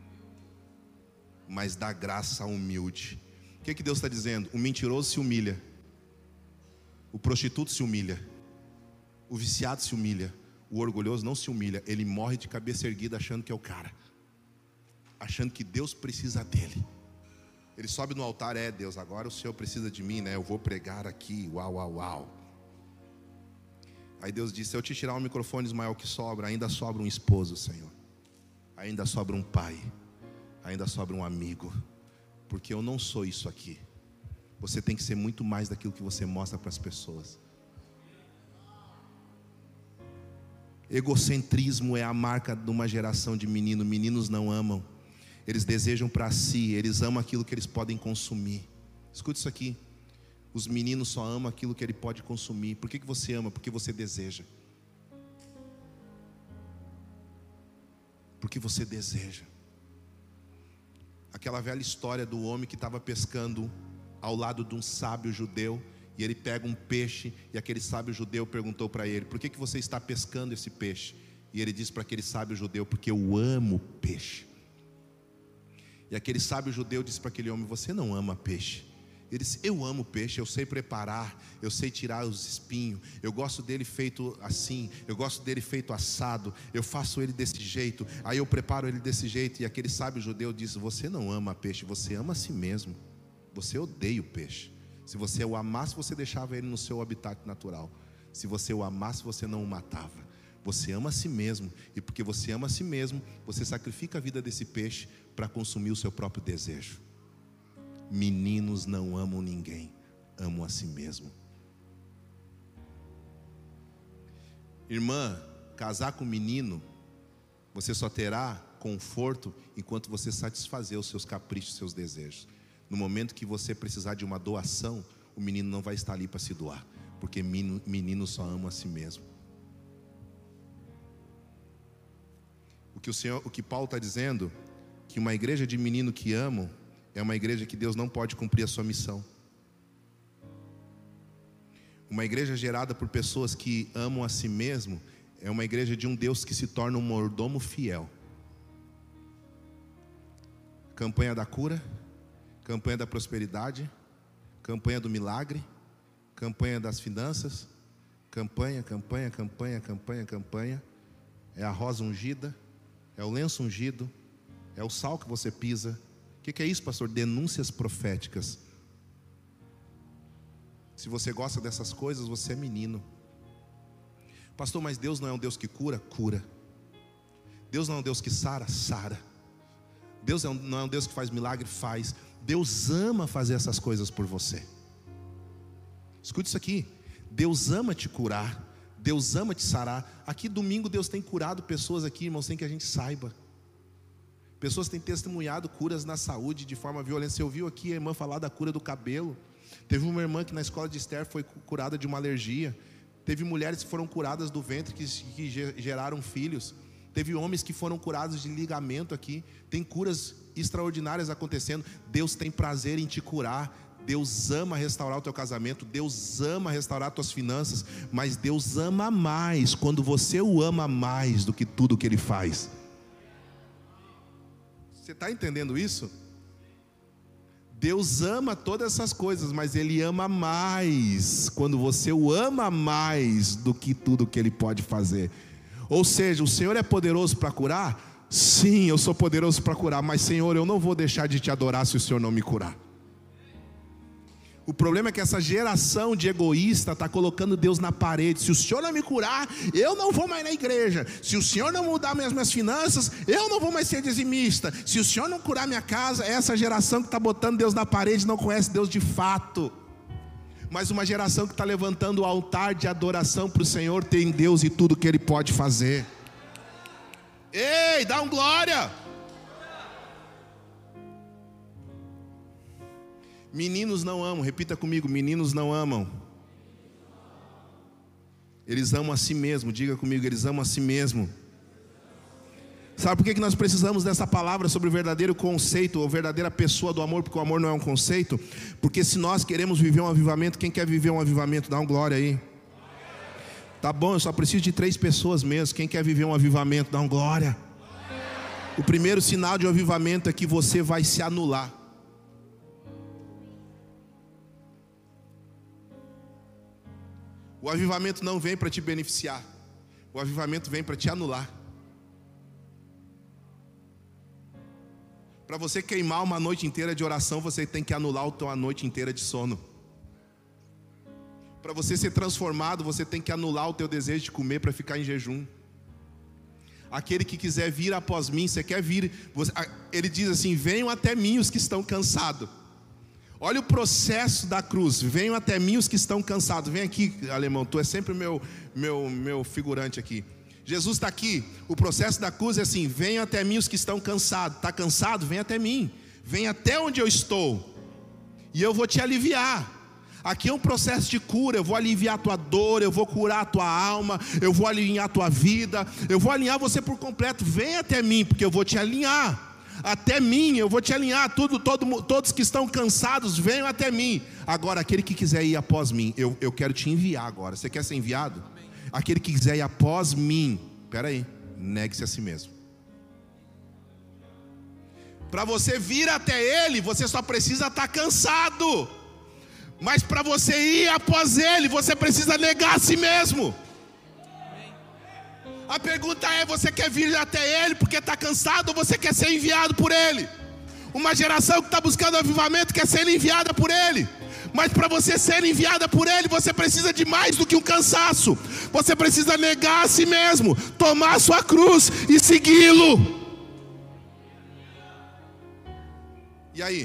mas dá graça ao humilde. O que Deus está dizendo? O mentiroso se humilha, o prostituto se humilha, o viciado se humilha, o orgulhoso não se humilha. Ele morre de cabeça erguida achando que é o cara, achando que Deus precisa dele. Ele sobe no altar: Deus, agora o Senhor precisa de mim, né? Eu vou pregar aqui, uau. Aí Deus disse: se eu te tirar o microfone, Ismael, que sobra? Ainda sobra um esposo, Senhor. Ainda sobra um pai. Ainda sobra um amigo. Porque eu não sou isso aqui. Você tem que ser muito mais daquilo que você mostra para as pessoas. Egocentrismo é a marca de uma geração de meninos. Meninos não amam. Eles desejam para si. Eles amam aquilo que eles podem consumir. Escute isso aqui. Os meninos só amam aquilo que ele pode consumir. Por que você ama? Porque você deseja. Porque você deseja. aquela velha história do homem que estava pescando ao lado de um sábio judeu, e ele pega um peixe, e aquele sábio judeu perguntou para ele: por que você está pescando esse peixe? E ele disse para aquele sábio judeu: porque eu amo peixe. E aquele sábio judeu disse para aquele homem: você não ama peixe. Ele disse: eu amo peixe, eu sei preparar, eu sei tirar os espinhos, eu gosto dele feito assim, eu gosto dele feito assado, eu faço ele desse jeito, aí eu preparo ele desse jeito. E aquele sábio judeu disse: você não ama peixe, você ama a si mesmo, você odeia o peixe. Se você o amasse, você deixava ele no seu habitat natural. Se você o amasse, você não o matava. Você ama a si mesmo, e porque você ama a si mesmo, você sacrifica a vida desse peixe para consumir o seu próprio desejo. Meninos não amam ninguém, amam a si mesmo. Irmã, casar com menino, você só terá conforto enquanto você satisfazer os seus caprichos, os seus desejos. No momento que você precisar de uma doação, o menino não vai estar ali para se doar, porque menino só ama a si mesmo. O que Paulo está dizendo, que uma igreja de menino que amam é uma igreja que Deus não pode cumprir a sua missão. Uma igreja gerada por pessoas que amam a si mesmo é uma igreja de um Deus que se torna um mordomo fiel. Campanha da cura, campanha da prosperidade, campanha do milagre, campanha das finanças, campanha. É a rosa ungida, é o lenço ungido, é o sal que você pisa. O que é isso, pastor? Denúncias proféticas. Se você gosta dessas coisas, você é menino. Pastor, mas Deus não é um Deus que cura? Cura. Deus não é um Deus que sara? Sara. Deus não é um Deus que faz milagre? Faz. Deus ama fazer essas coisas por você. Escute isso aqui: Deus ama te curar, Deus ama te sarar. Aqui domingo Deus tem curado pessoas aqui, irmãos, sem que a gente saiba. Pessoas têm testemunhado curas na saúde de forma violenta. Você ouviu aqui a irmã falar da cura do cabelo. Teve uma irmã que na escola de Esther foi curada de uma alergia. Teve mulheres que foram curadas do ventre, que geraram filhos. Teve homens que foram curados de ligamento aqui. Tem curas extraordinárias acontecendo. Deus tem prazer em te curar. Deus ama restaurar o teu casamento. Deus ama restaurar as tuas finanças. Mas Deus ama mais quando você o ama mais do que tudo que Ele faz. Você está entendendo isso? Deus ama todas essas coisas, mas Ele ama mais quando você o ama mais do que tudo que Ele pode fazer. Ou seja, o Senhor é poderoso para curar? Sim, eu sou poderoso para curar, mas Senhor, eu não vou deixar de te adorar se o Senhor não me curar. O problema é que essa geração de egoísta está colocando Deus na parede. Se o Senhor não me curar, eu não vou mais na igreja. Se o Senhor não mudar minhas finanças, eu não vou mais ser dizimista. Se o Senhor não curar minha casa, essa geração que está botando Deus na parede não conhece Deus de fato. Mas uma geração que está levantando o altar de adoração para o Senhor tem Deus e tudo que Ele pode fazer. Ei, dá um glória! Meninos não amam, repita comigo: meninos não amam. Eles amam a si mesmo, diga comigo: eles amam a si mesmo. Sabe por que nós precisamos dessa palavra sobre o verdadeiro conceito, ou verdadeira pessoa do amor? Porque o amor não é um conceito. Porque se nós queremos viver um avivamento, quem quer viver um avivamento, dá um glória aí. Tá bom, eu só preciso de 3 pessoas mesmo. Quem quer viver um avivamento, dá um glória. O primeiro sinal de um avivamento é que você vai se anular. O avivamento não vem para te beneficiar. O avivamento vem para te anular. Para você queimar uma noite inteira de oração, você tem que anular a tua noite inteira de sono. Para você ser transformado, você tem que anular o teu desejo de comer para ficar em jejum. Aquele que quiser vir após mim, você quer vir? Ele diz assim: venham até mim os que estão cansados. Olha o processo da cruz: venham até mim os que estão cansados. Vem aqui, alemão, tu é sempre meu figurante aqui. Jesus está aqui. O processo da cruz é assim: venham até mim os que estão cansados. Está cansado? Vem até mim. Vem até onde eu estou, e eu vou te aliviar. Aqui é um processo de cura. Eu vou aliviar a tua dor, eu vou curar a tua alma, eu vou alinhar a tua vida, eu vou alinhar você por completo. Vem até mim, porque eu vou te alinhar. Até mim, eu vou te alinhar, todos que estão cansados, venham até mim. Agora, aquele que quiser ir após mim, eu quero te enviar agora. Você quer ser enviado? Amém. Aquele que quiser ir após mim, espera aí, negue-se a si mesmo. Para você vir até Ele, você só precisa estar cansado. Mas para você ir após Ele, você precisa negar a si mesmo. A pergunta é: você quer vir até Ele porque está cansado, ou você quer ser enviado por Ele? Uma geração que está buscando avivamento quer ser enviada por Ele. Mas para você ser enviada por Ele, você precisa de mais do que um cansaço. Você precisa negar a si mesmo, tomar a sua cruz e segui-lo. E aí?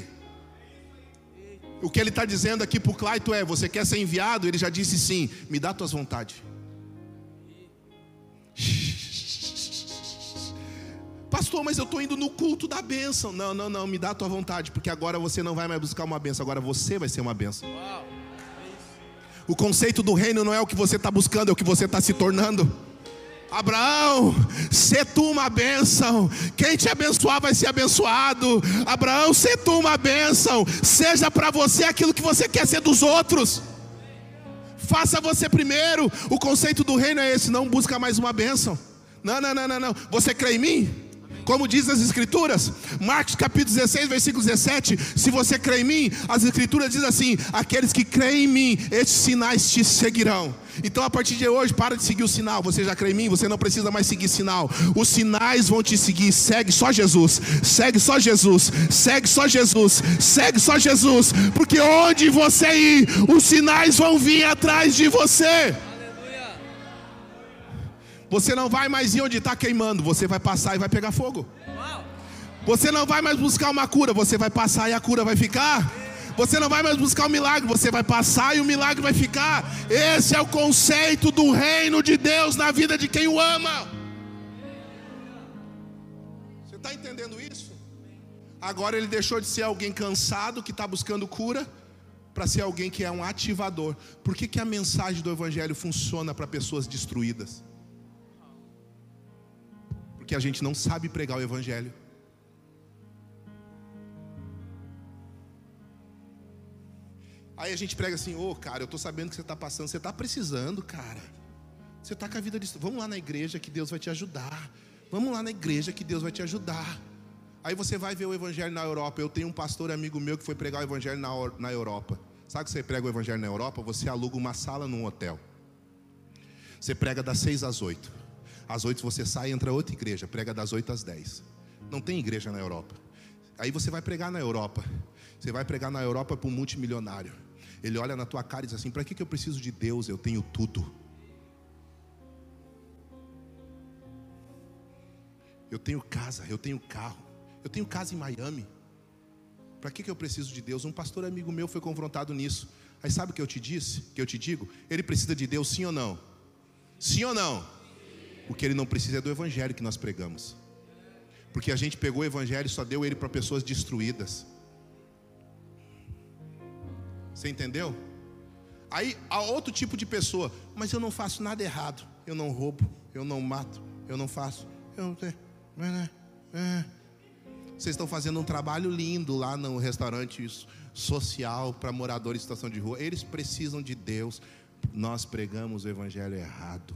O que ele está dizendo aqui para o Clayton é: você quer ser enviado? Ele já disse sim, me dá tuas vontades. Pastor, mas eu estou indo no culto da bênção. Não, me dá a tua vontade, porque agora você não vai mais buscar uma bênção, agora você vai ser uma bênção. O conceito do reino não é o que você está buscando, é o que você está se tornando. Abraão, sê tu uma bênção. Quem te abençoar vai ser abençoado. Abraão, sê tu uma bênção. Seja para você aquilo que você quer ser dos outros. Faça você primeiro. O conceito do reino é esse: não busca mais uma bênção. Não. Você crê em mim? Como diz as escrituras, Marcos capítulo 16, versículo 17: se você crê em mim, as escrituras dizem assim: aqueles que creem em mim, estes sinais te seguirão. Então a partir de hoje, para de seguir o sinal. Você já crê em mim, você não precisa mais seguir sinal. Os sinais vão te seguir. Segue só Jesus, segue só Jesus, segue só Jesus, segue só Jesus. Porque onde você ir, os sinais vão vir atrás de você. Você não vai mais ir onde está queimando, você vai passar e vai pegar fogo. Você não vai mais buscar uma cura, você vai passar e a cura vai ficar. Você não vai mais buscar um milagre, você vai passar e o milagre vai ficar. Esse é o conceito do reino de Deus na vida de quem o ama. Você está entendendo isso? Agora ele deixou de ser alguém cansado que está buscando cura, para ser alguém que é um ativador. Por que a mensagem do Evangelho funciona para pessoas destruídas? Porque a gente não sabe pregar o Evangelho. Aí a gente prega assim: cara, eu estou sabendo que você está passando, você está precisando, cara. Você está com a vida vamos lá na igreja que Deus vai te ajudar. Vamos lá na igreja que Deus vai te ajudar. Aí você vai ver o Evangelho na Europa. Eu tenho um pastor amigo meu que foi pregar o Evangelho na Europa. Sabe que você prega o Evangelho na Europa? Você aluga uma sala num hotel. Você prega das 6 às 8. Às 8 você sai e entra outra igreja, prega das 8 às 10. Não tem igreja na Europa. Aí você vai pregar na Europa. Você vai pregar na Europa para um multimilionário. Ele olha na tua cara e diz assim: para que eu preciso de Deus? Eu tenho tudo. Eu tenho casa, eu tenho carro, eu tenho casa em Miami. Para que eu preciso de Deus? Um pastor amigo meu foi confrontado nisso. Aí sabe o que eu te disse? Que eu te digo? Ele precisa de Deus, sim ou não? Sim ou não? O que ele não precisa é do Evangelho que nós pregamos. Porque a gente pegou o Evangelho e só deu ele para pessoas destruídas. Você entendeu? Aí há outro tipo de pessoa: mas eu não faço nada errado. Eu não roubo, eu não mato, eu não faço. Vocês estão fazendo um trabalho lindo lá no restaurante social para moradores de situação de rua. Eles precisam de Deus. Nós pregamos o Evangelho errado.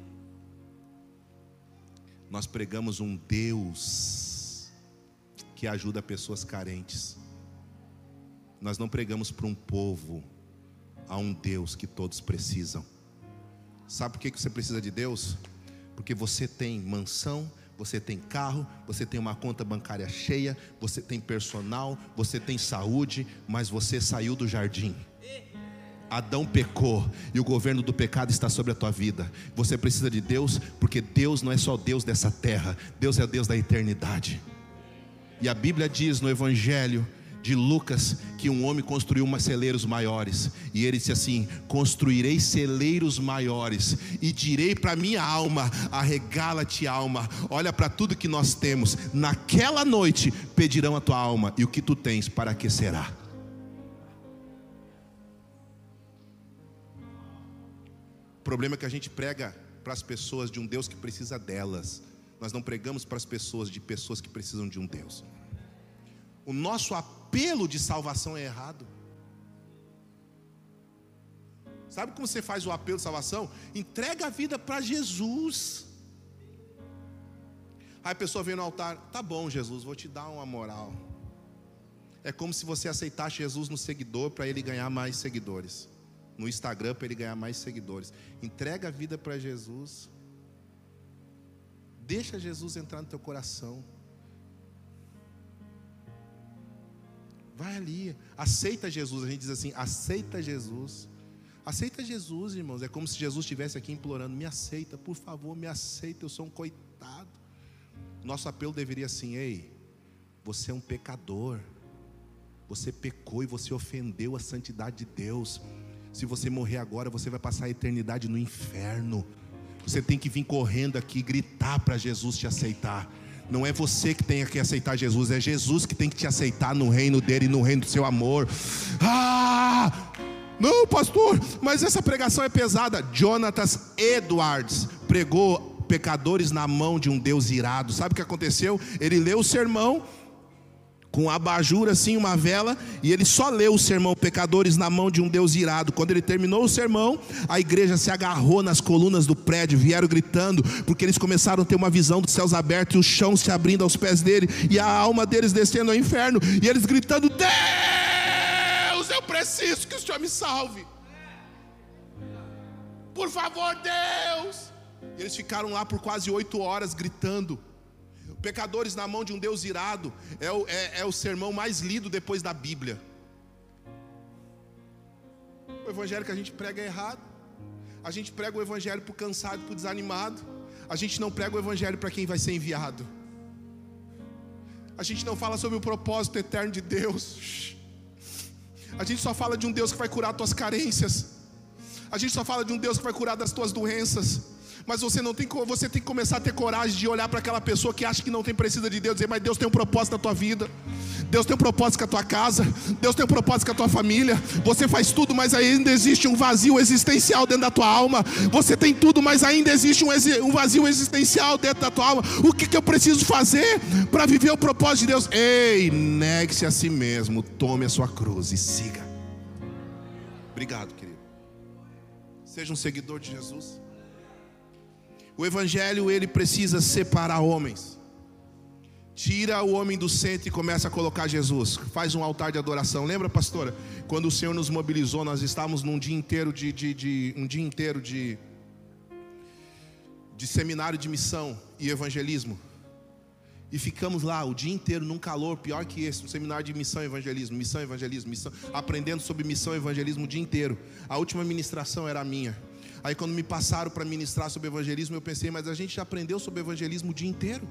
Nós pregamos um Deus que ajuda pessoas carentes. Nós não pregamos para um povo, a um Deus que todos precisam. Sabe por que você precisa de Deus? Porque você tem mansão, você tem carro, você tem uma conta bancária cheia, você tem personal, você tem saúde, mas você saiu do jardim. Adão pecou e o governo do pecado está sobre a tua vida. Você precisa de Deus, porque Deus não é só Deus dessa terra, Deus é Deus da eternidade. E a Bíblia diz no Evangelho de Lucas que um homem construiu celeiros maiores, e ele disse assim: construirei celeiros maiores e direi para minha alma: arregala-te alma, olha para tudo que nós temos. Naquela noite pedirão a tua alma, e o que tu tens, para que será? O problema é que a gente prega para as pessoas de um Deus que precisa delas. Nós não pregamos para as pessoas de pessoas que precisam de um Deus. O nosso apelo de salvação é errado. Sabe como você faz o apelo de salvação? Entrega a vida para Jesus. Aí a pessoa vem no altar: tá bom, Jesus, vou te dar uma moral. É como se você aceitasse Jesus no seguidor para ele ganhar mais seguidores, no Instagram para ele ganhar mais seguidores. Entrega a vida para Jesus. Deixa Jesus entrar no teu coração. Vai ali, aceita Jesus. A gente diz assim: aceita Jesus. Aceita Jesus, irmãos. É como se Jesus estivesse aqui implorando: me aceita, por favor, me aceita, eu sou um coitado. Nosso apelo deveria assim: ei, você é um pecador. Você pecou e você ofendeu a santidade de Deus. Se você morrer agora, você vai passar a eternidade no inferno. Você tem que vir correndo aqui e gritar para Jesus te aceitar. Não é você que tem que aceitar Jesus, é Jesus que tem que te aceitar no reino dele, no reino do seu amor. Não, pastor, mas essa pregação é pesada. Jonathan Edwards pregou pecadores na mão de um Deus irado. Sabe o que aconteceu? Ele leu o sermão com um abajur assim, uma vela, e ele só leu o sermão, pecadores na mão de um Deus irado. Quando ele terminou o sermão, a igreja se agarrou nas colunas do prédio, vieram gritando, porque eles começaram a ter uma visão dos céus abertos, e o chão se abrindo aos pés dele, e a alma deles descendo ao inferno, e eles gritando: Deus, eu preciso que o Senhor me salve, por favor, Deus. E eles ficaram lá por quase 8 horas gritando. Pecadores na mão de um Deus irado é o sermão mais lido depois da Bíblia. O evangelho que a gente prega é errado. A gente prega o evangelho para o cansado, para o desanimado. A gente não prega o evangelho para quem vai ser enviado. A gente não fala sobre o propósito eterno de Deus. A gente só fala de um Deus que vai curar as tuas carências. A gente só fala de um Deus que vai curar das tuas doenças. Mas você tem que começar a ter coragem de olhar para aquela pessoa que acha que não tem precisa de Deus, dizer: mas Deus tem um propósito na tua vida, Deus tem um propósito com a tua casa, Deus tem um propósito com a tua família. Você faz tudo, mas ainda existe um vazio existencial dentro da tua alma. Você tem tudo, mas ainda existe um vazio existencial dentro da tua alma. O que eu preciso fazer para viver o propósito de Deus? Ei, negue-se a si mesmo, tome a sua cruz e siga. Obrigado, querido. Seja um seguidor de Jesus. O evangelho, ele precisa separar homens. Tira o homem do centro e começa a colocar Jesus. Faz um altar de adoração. Lembra, pastora? Quando o Senhor nos mobilizou, nós estávamos num dia inteiro de seminário de missão e evangelismo. E ficamos lá o dia inteiro num calor pior que esse, um seminário de missão e evangelismo, aprendendo sobre missão e evangelismo o dia inteiro. A última ministração era a minha. Aí quando me passaram para ministrar sobre evangelismo, eu pensei: mas a gente já aprendeu sobre evangelismo o dia inteiro.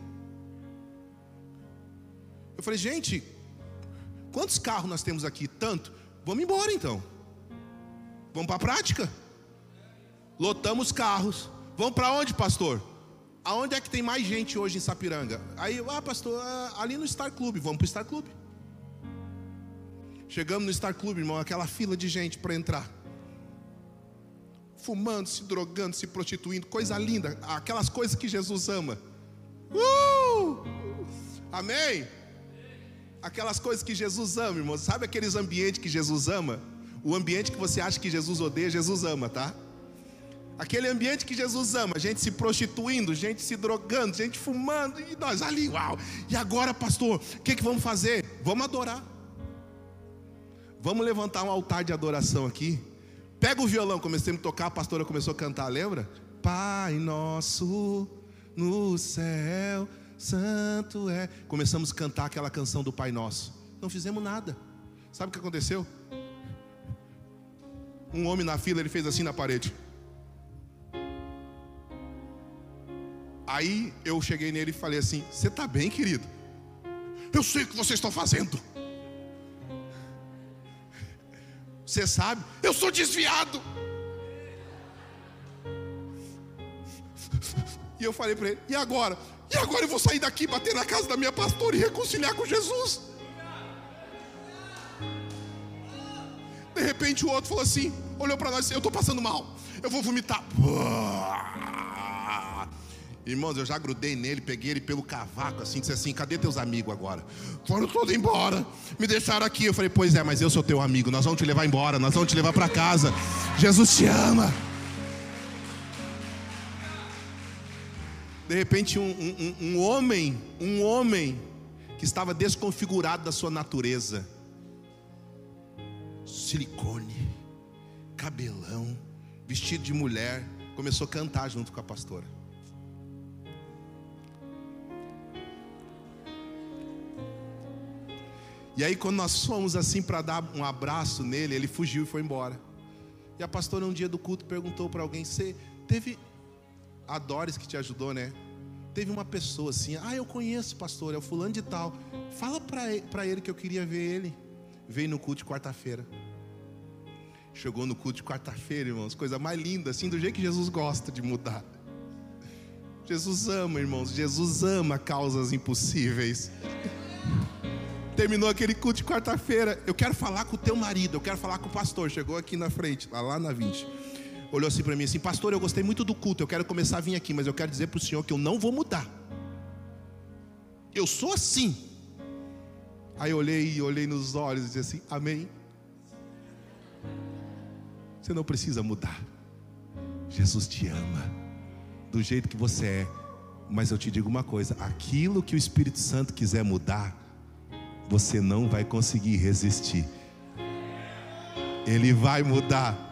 Eu falei: gente, quantos carros nós temos aqui? Tanto. Vamos embora então. Vamos para a prática. Lotamos os carros. Vamos para onde, pastor? Aonde é que tem mais gente hoje em Sapiranga? Aí, pastor, ali no Star Club. Vamos para o Star Club. Chegamos no Star Club, irmão, aquela fila de gente para entrar. Fumando, se drogando, se prostituindo, coisa linda, aquelas coisas que Jesus ama. Amém? Aquelas coisas que Jesus ama, irmão. Sabe aqueles ambientes que Jesus ama? O ambiente que você acha que Jesus odeia, Jesus ama, tá? Aquele ambiente que Jesus ama, gente se prostituindo, gente se drogando, gente fumando, e nós ali, uau. E agora, pastor, o que vamos fazer? Vamos adorar. Vamos levantar um altar de adoração aqui. Pega o violão, comecei a tocar, a pastora começou a cantar, lembra? Pai nosso no céu, santo é. Começamos a cantar aquela canção do Pai Nosso. Não fizemos nada. Sabe o que aconteceu? Um homem na fila, ele fez assim na parede. Aí eu cheguei nele e falei assim: você está bem, querido? Eu sei o que vocês estão fazendo. Você sabe? Eu sou desviado. E eu falei para ele: e agora? E agora eu vou sair daqui, bater na casa da minha pastora e reconciliar com Jesus. De repente o outro falou assim, olhou para nós e disse: eu estou passando mal, eu vou vomitar. Irmãos, eu já grudei nele, peguei ele pelo cavaco assim, disse assim: cadê teus amigos agora? Foram todos embora, me deixaram aqui. Eu falei: pois é, mas eu sou teu amigo, nós vamos te levar embora, nós vamos te levar para casa. Jesus te ama. De repente um homem que estava desconfigurado da sua natureza, silicone, cabelão, vestido de mulher, começou a cantar junto com a pastora. E aí quando nós fomos assim para dar um abraço nele, ele fugiu e foi embora. E a pastora um dia do culto perguntou para alguém: você teve... A Doris que te ajudou, né? Teve uma pessoa assim: ah, eu conheço, pastor, é o fulano de tal. Fala para ele que eu queria ver ele. Veio no culto de quarta-feira. Chegou no culto de quarta-feira, irmãos, coisa mais linda, assim, do jeito que Jesus gosta de mudar. Jesus ama, irmãos, Jesus ama causas impossíveis. Terminou aquele culto de quarta-feira: eu quero falar com o teu marido, eu quero falar com o pastor. Chegou aqui na frente, lá na 20. Olhou assim para mim assim: pastor, eu gostei muito do culto, eu quero começar a vir aqui, mas eu quero dizer para o senhor que eu não vou mudar. Eu sou assim. Aí eu olhei nos olhos e disse assim: amém. Você não precisa mudar. Jesus te ama do jeito que você é. Mas eu te digo uma coisa: aquilo que o Espírito Santo quiser mudar, você não vai conseguir resistir. Ele vai mudar.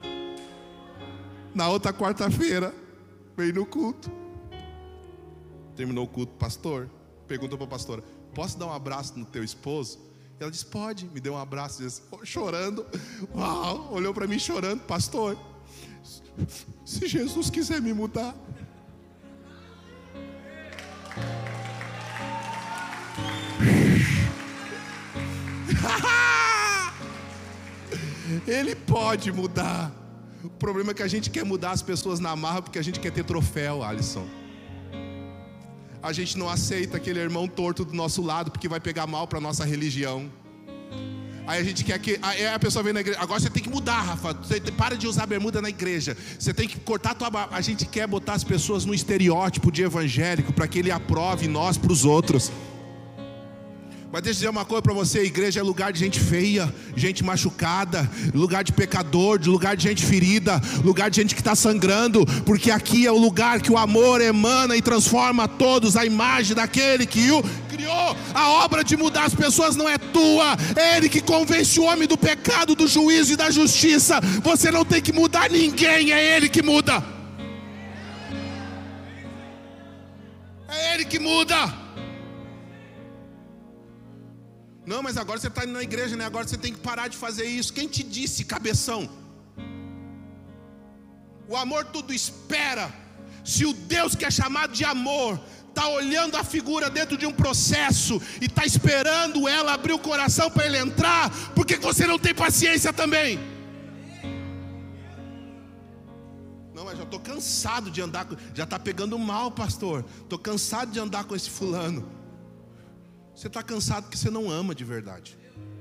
Na outra quarta-feira, veio no culto. Terminou o culto, pastor perguntou para a pastora: posso dar um abraço no teu esposo? Ela disse: pode. Me deu um abraço, disse, chorando. Uau, olhou para mim chorando: pastor, se Jesus quiser me mudar, Ele pode mudar. O problema é que a gente quer mudar as pessoas na marra porque a gente quer ter troféu, Alisson. A gente não aceita aquele irmão torto do nosso lado porque vai pegar mal para a nossa religião. Aí a gente quer que... Aí a pessoa vem na igreja: agora você tem que mudar, Rafa, você para de usar bermuda na igreja, você tem que cortar a tua barba. A gente quer botar as pessoas no estereótipo de evangélico para que ele aprove nós para os outros. Mas deixa eu dizer uma coisa para você: a igreja é lugar de gente feia, gente machucada, lugar de pecador, de lugar de gente ferida, lugar de gente que está sangrando, porque aqui é o lugar que o amor emana e transforma todos à imagem daquele que o criou. A obra de mudar as pessoas não é tua, é Ele que convence o homem do pecado, do juízo e da justiça. Você não tem que mudar ninguém, é Ele que muda. É Ele que muda. Não, mas agora você está indo na igreja, né? Agora você tem que parar de fazer isso. Quem te disse, cabeção? O amor tudo espera. Se o Deus que é chamado de amor está olhando a figura dentro de um processo e está esperando ela abrir o coração para ele entrar, por que você não tem paciência também? Não, mas já estou cansado de andar com... Já está pegando mal, pastor. Estou cansado de andar com esse fulano. Você está cansado porque você não ama de verdade.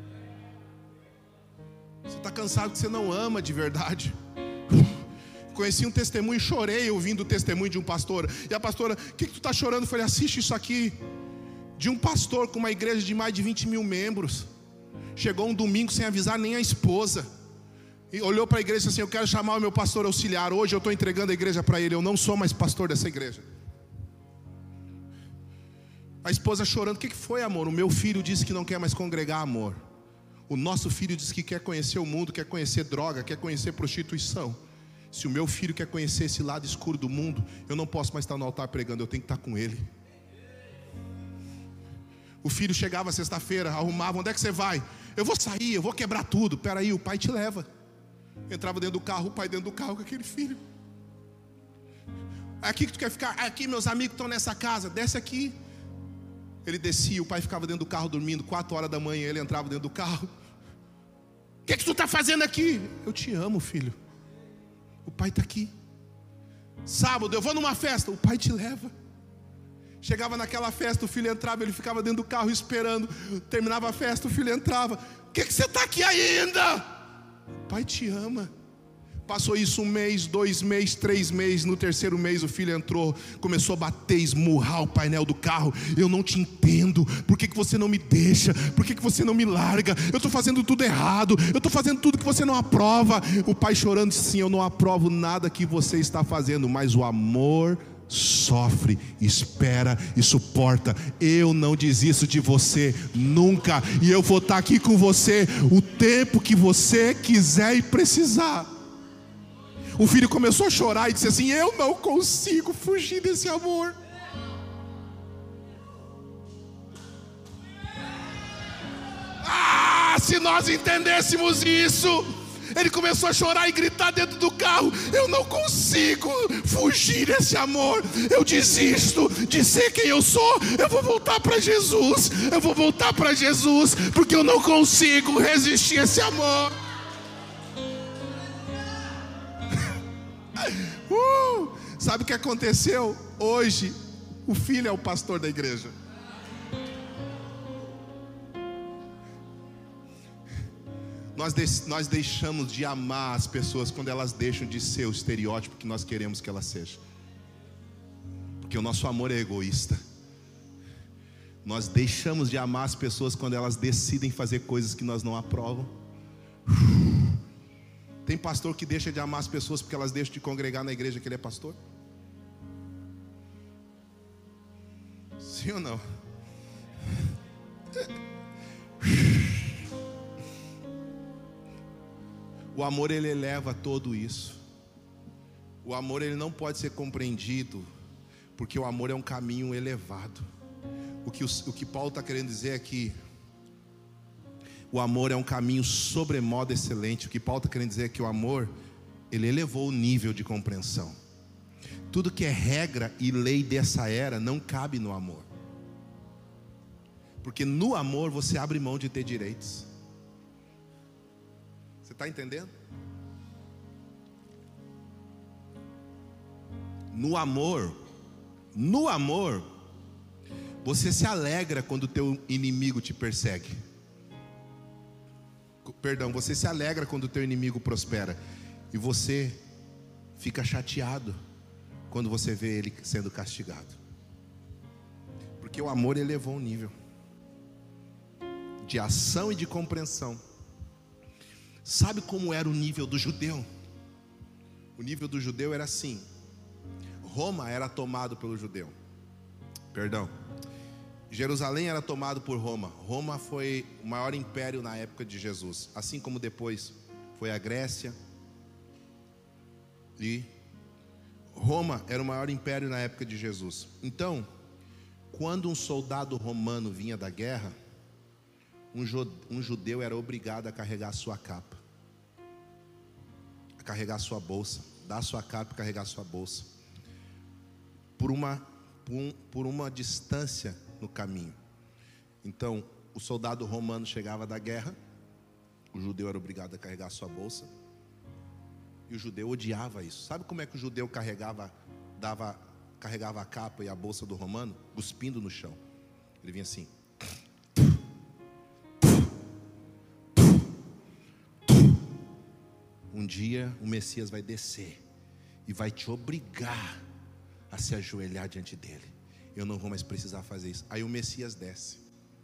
Você está cansado que você não ama de verdade. Conheci um testemunho e chorei ouvindo o testemunho de um pastor. E a pastora: o que tu está chorando? Eu falei: assiste isso aqui. De um pastor com uma igreja de mais de 20 mil membros. Chegou um domingo sem avisar nem a esposa. E olhou para a igreja e disse assim: eu quero chamar o meu pastor auxiliar. Hoje eu estou entregando a igreja para ele. Eu não sou mais pastor dessa igreja. A esposa chorando: o que foi, amor? O meu filho disse que não quer mais congregar, amor. O nosso filho disse que quer conhecer o mundo, quer conhecer droga, quer conhecer prostituição. Se o meu filho quer conhecer esse lado escuro do mundo, eu não posso mais estar no altar pregando, eu tenho que estar com ele. O filho chegava sexta-feira, arrumava: onde é que você vai? Eu vou sair, eu vou quebrar tudo. Peraí, o pai te leva. Entrava dentro do carro, o pai dentro do carro com aquele filho. Aqui que tu quer ficar? Aqui, meus amigos estão nessa casa, desce aqui. Ele descia, o pai ficava dentro do carro dormindo. 4 horas da manhã ele entrava dentro do carro: o que tu está fazendo aqui? Eu te amo, filho. O pai está aqui. Sábado eu vou numa festa, o pai te leva. Chegava naquela festa, o filho entrava, ele ficava dentro do carro esperando. Terminava a festa, o filho entrava: o que você está aqui ainda? O pai te ama. Passou isso 1 mês, 2 meses, 3 meses. No terceiro mês o filho entrou, começou a bater, esmurrar o painel do carro. Eu não te entendo, por que você não me deixa? Por que você não me larga? Eu estou fazendo tudo errado, eu estou fazendo tudo que você não aprova. O pai chorando disse: sim, eu não aprovo nada que você está fazendo, mas o amor sofre, espera e suporta. Eu não desisto de você nunca, e eu vou estar aqui com você o tempo que você quiser e precisar. O filho começou a chorar e disse assim: eu não consigo fugir desse amor. Se nós entendêssemos isso! Ele começou a chorar e gritar dentro do carro: eu não consigo fugir desse amor, eu desisto de ser quem eu sou, eu vou voltar para Jesus, eu vou voltar para Jesus, porque eu não consigo resistir a esse amor. Sabe o que aconteceu? Hoje o filho é o pastor da igreja. Nós deixamos de amar as pessoas quando elas deixam de ser o estereótipo que nós queremos que elas sejam, porque o nosso amor é egoísta. Nós deixamos de amar as pessoas quando elas decidem fazer coisas que nós não aprovam. Tem pastor que deixa de amar as pessoas porque elas deixam de congregar na igreja que ele é pastor? Sim ou não? O amor, ele eleva tudo isso. O amor, ele não pode ser compreendido, porque o amor é um caminho elevado. O que Paulo está querendo dizer é que o amor é um caminho sobremodo excelente. O que Paulo está querendo dizer é que o amor, ele elevou o nível de compreensão. Tudo que é regra e lei dessa era não cabe no amor, porque no amor você abre mão de ter direitos. Você está entendendo? No amor, você se alegra quando o teu inimigo te persegue. Perdão, você se alegra quando o teu inimigo prospera. E você fica chateado quando você vê ele sendo castigado. Porque o amor elevou o nível de ação e de compreensão. Sabe como era o nível do judeu? O nível do judeu era assim: Roma era tomado pelo judeu. Perdão, Jerusalém era tomado por Roma. Roma foi o maior império na época de Jesus, assim como depois foi a Grécia. E Roma era o maior império na época de Jesus. Então, quando um soldado romano vinha da guerra, um judeu era obrigado a carregar a sua capa, a carregar a sua bolsa, dar a sua capa e carregar a sua bolsa, por uma distância no caminho. Então, o soldado romano chegava da guerra, o judeu era obrigado a carregar a sua bolsa, e o judeu odiava isso. Sabe como é que o judeu carregava a capa e a bolsa do romano? Cuspindo no chão. Ele vinha assim. Um dia o Messias vai descer e vai te obrigar a se ajoelhar diante dele. Eu não vou mais precisar fazer isso. Aí o Messias desce.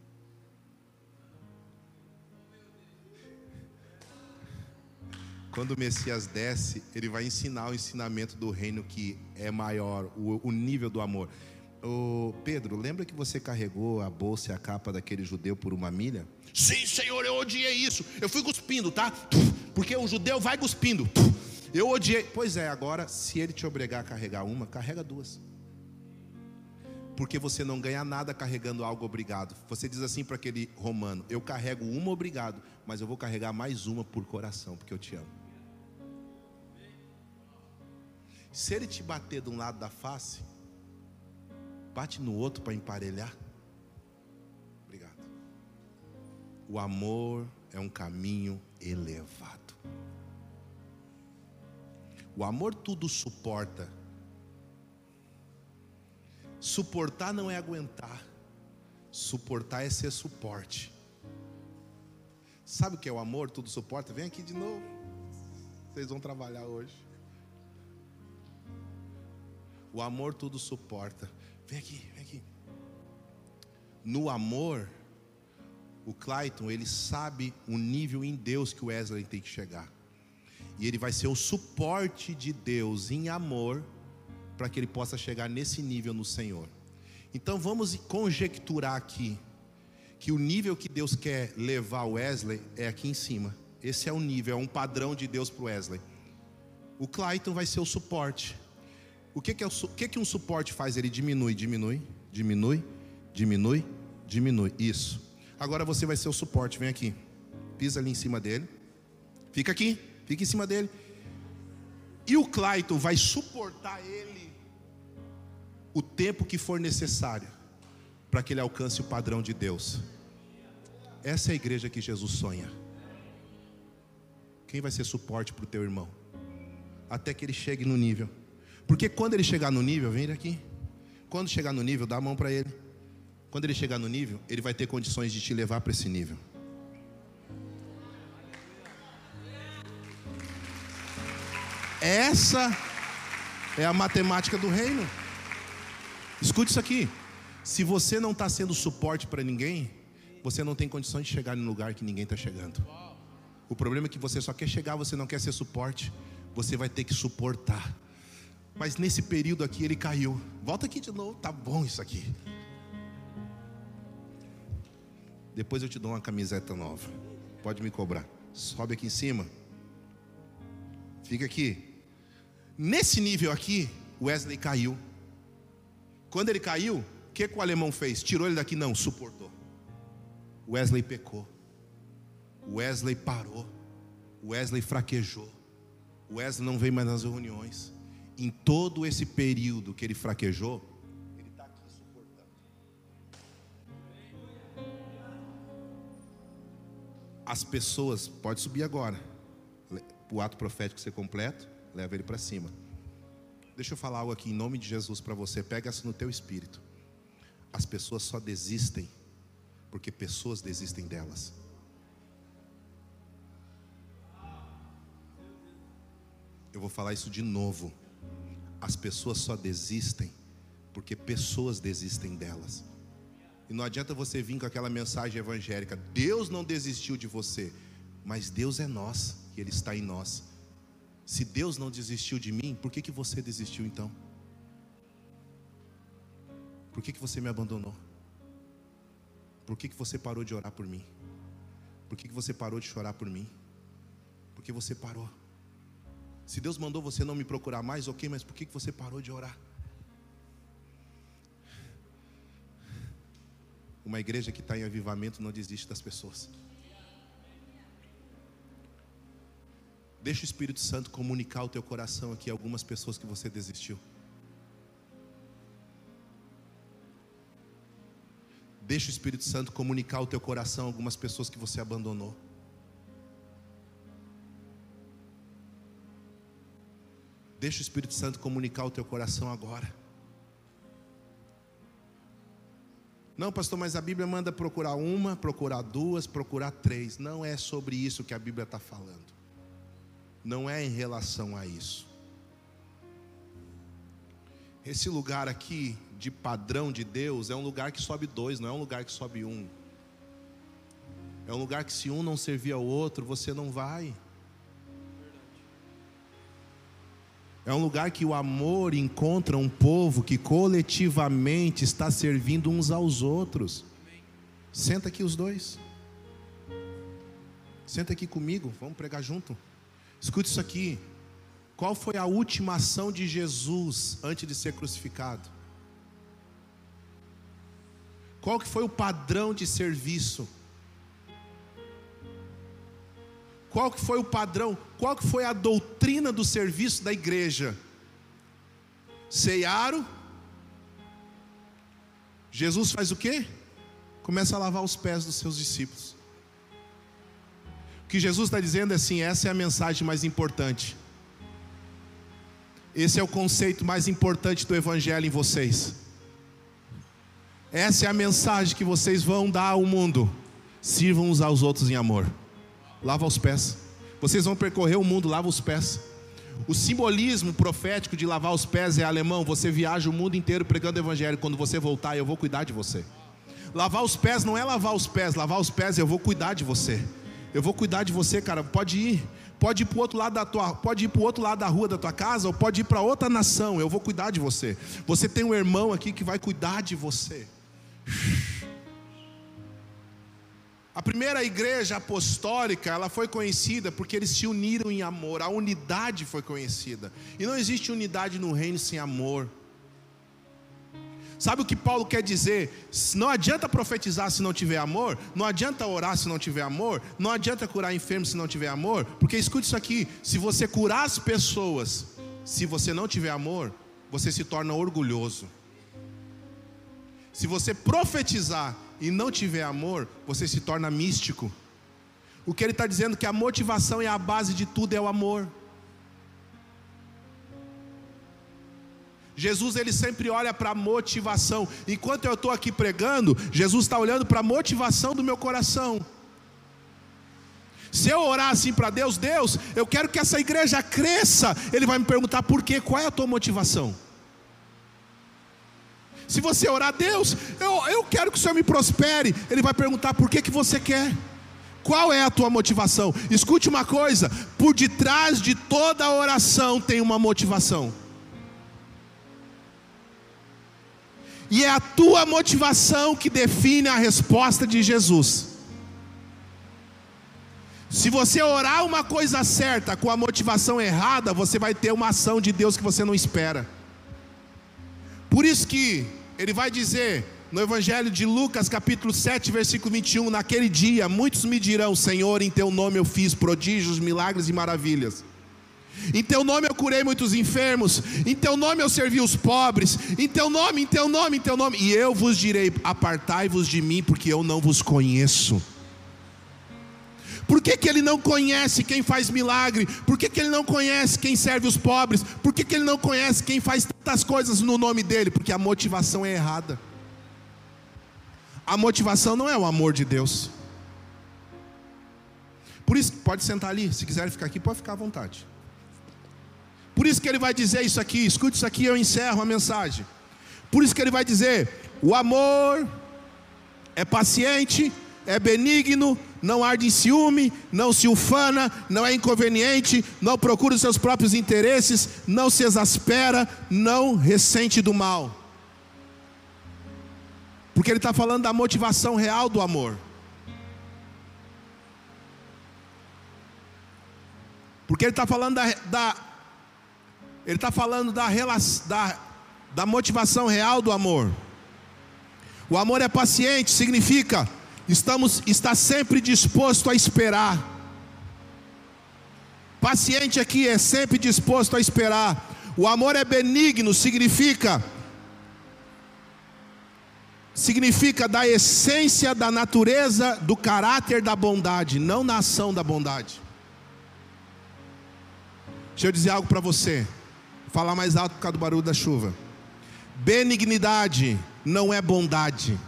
Quando o Messias desce, ele vai ensinar o ensinamento do reino, que é maior, o nível do amor. Ô Pedro, lembra que você carregou a bolsa e a capa daquele judeu por 1 milha? Sim, Senhor, eu odiei isso. Eu fui cuspindo, tá? Porque o judeu vai cuspindo. Eu odiei. Pois é, agora se ele te obrigar a carregar uma, carrega 2. Porque você não ganha nada carregando algo obrigado. Você diz assim para aquele romano: eu carrego uma obrigado, mas eu vou carregar mais uma por coração, porque eu te amo. Se ele te bater de um lado da face, bate no outro para emparelhar. Obrigado. O amor é um caminho elevado. O amor tudo suporta. Suportar não é aguentar. Suportar é ser suporte. Sabe o que é o amor tudo suporta? Vem aqui de novo. Vocês vão trabalhar hoje. O amor tudo suporta. Vem aqui, vem aqui. No amor, o Clayton, ele sabe o nível em Deus que o Wesley tem que chegar. E ele vai ser o suporte de Deus em amor, para que ele possa chegar nesse nível no Senhor. Então vamos conjecturar aqui, que o nível que Deus quer levar o Wesley é aqui em cima. Esse é o nível, é um padrão de Deus para o Wesley. O Clayton vai ser o suporte. O que um suporte faz? Ele diminui, diminui, diminui, diminui, diminui. Isso. Agora você vai ser o suporte, vem aqui. Pisa ali em cima dele. Fica aqui, fica em cima dele. E o Clayton vai suportar ele o tempo que for necessário para que ele alcance o padrão de Deus. Essa é a igreja que Jesus sonha. Quem vai ser suporte para o teu irmão? Até que ele chegue no nível. Porque quando ele chegar no nível, vem aqui. Quando chegar no nível, dá a mão para ele. Quando ele chegar no nível, ele vai ter condições de te levar para esse nível. Essa é a matemática do reino. Escute isso aqui. Se você não está sendo suporte para ninguém, você não tem condições de chegar no lugar que ninguém está chegando. O problema é que você só quer chegar, você não quer ser suporte. Você vai ter que suportar. Mas nesse período aqui ele caiu. Volta aqui de novo, tá bom isso aqui. Depois eu te dou uma camiseta nova. Pode me cobrar. Sobe aqui em cima. Fica aqui. Nesse nível aqui, Wesley caiu. Quando ele caiu, o que o alemão fez? Tirou ele daqui? Não, suportou. Wesley pecou. Wesley parou. Wesley fraquejou. Wesley não veio mais nas reuniões. Em todo esse período que ele fraquejou, ele está aqui suportando. As pessoas, pode subir agora. O ato profético ser completo, leva ele para cima. Deixa eu falar algo aqui em nome de Jesus para você. Pega isso no teu espírito. As pessoas só desistem porque pessoas desistem delas. Eu vou falar isso de novo. As pessoas só desistem porque pessoas desistem delas. E não adianta você vir com aquela mensagem evangélica: Deus não desistiu de você. Mas Deus é nós, e Ele está em nós. Se Deus não desistiu de mim, por que você desistiu então? Por que você me abandonou? Por que você parou de orar por mim? Por que você parou de chorar por mim? Por que você parou? Se Deus mandou você não me procurar mais, ok, mas por que você parou de orar? Uma igreja que está em avivamento não desiste das pessoas. Deixa o Espírito Santo comunicar ao teu coração aqui algumas pessoas que você desistiu. Deixa o Espírito Santo comunicar ao teu coração algumas pessoas que você abandonou. Deixa o Espírito Santo comunicar ao teu coração agora. Não, pastor, mas a Bíblia manda procurar uma, procurar duas, procurar três. Não é sobre isso que a Bíblia está falando. Não é em relação a isso. Esse lugar aqui de padrão de Deus é um lugar que sobe dois, não é um lugar que sobe um. É um lugar que se um não servir ao outro, você não vai. É um lugar que o amor encontra um povo que coletivamente está servindo uns aos outros. Senta aqui os dois. Senta aqui comigo, vamos pregar junto. Escute isso aqui. Qual foi a última ação de Jesus antes de ser crucificado? Qual que foi o padrão de serviço? Qual que foi o padrão? Qual que foi a doutrina do serviço da igreja? Ceiaram. Jesus faz o quê? Começa a lavar os pés dos seus discípulos. O que Jesus está dizendo é assim: essa é a mensagem mais importante. Esse é o conceito mais importante do Evangelho em vocês. Essa é a mensagem que vocês vão dar ao mundo. Sirvam uns aos outros em amor. Lava os pés. Vocês vão percorrer o mundo, lava os pés. O simbolismo profético de lavar os pés é alemão. Você viaja o mundo inteiro pregando o evangelho. Quando você voltar, eu vou cuidar de você. Lavar os pés não é lavar os pés. Lavar os pés, eu vou cuidar de você. Eu vou cuidar de você, cara. Pode ir para o outro lado da rua da tua casa, ou pode ir para outra nação. Eu vou cuidar de você. Você tem um irmão aqui que vai cuidar de você. A primeira igreja apostólica, ela foi conhecida porque eles se uniram em amor. A unidade foi conhecida. E não existe unidade no reino sem amor. Sabe o que Paulo quer dizer? Não adianta profetizar se não tiver amor. Não adianta orar se não tiver amor. Não adianta curar enfermos se não tiver amor. Porque escute isso aqui: se você curar as pessoas, se você não tiver amor, você se torna orgulhoso. Se você profetizar e não tiver amor, você se torna místico. O que ele está dizendo é que a motivação e a base de tudo é o amor. Jesus, ele sempre olha para a motivação. Enquanto eu estou aqui pregando, Jesus está olhando para a motivação do meu coração. Se eu orar assim para Deus: Deus, eu quero que essa igreja cresça, Ele vai me perguntar por quê, qual é a tua motivação? Se você orar: Deus, eu quero que o Senhor me prospere, Ele vai perguntar por que você quer. Qual é a tua motivação? Escute uma coisa: por detrás de toda oração tem uma motivação. E é a tua motivação que define a resposta de Jesus. Se você orar uma coisa certa com a motivação errada, você vai ter uma ação de Deus que você não espera. Por isso que ele vai dizer no Evangelho de Lucas, capítulo 7, versículo 21, naquele dia muitos me dirão: Senhor, em teu nome eu fiz prodígios, milagres e maravilhas. Em teu nome eu curei muitos enfermos, em teu nome eu servi os pobres, em teu nome, em teu nome, em teu nome. E eu vos direi: apartai-vos de mim, porque eu não vos conheço. Por que ele não conhece quem faz milagre? Por que ele não conhece quem serve os pobres? Por que ele não conhece quem faz tantas coisas no nome dele? Porque a motivação é errada. A motivação não é o amor de Deus. Por isso, pode sentar ali, se quiser ficar aqui, pode ficar à vontade. Por isso que ele vai dizer isso aqui, escute isso aqui e eu encerro a mensagem. Por isso que ele vai dizer: o amor é paciente, é benigno, não arde em ciúme, não se ufana, não é inconveniente, não procura os seus próprios interesses, não se exaspera, não ressente do mal. Porque ele está falando da motivação real do amor. Porque ele está falando ele está falando da motivação real do amor. O amor é paciente, significa está sempre disposto a esperar. Paciente aqui é sempre disposto a esperar. O amor é benigno, significa da essência, da natureza, do caráter da bondade, não na ação da bondade. Deixa eu dizer algo para você. Vou falar mais alto por causa do barulho da chuva. Benignidade não é bondade.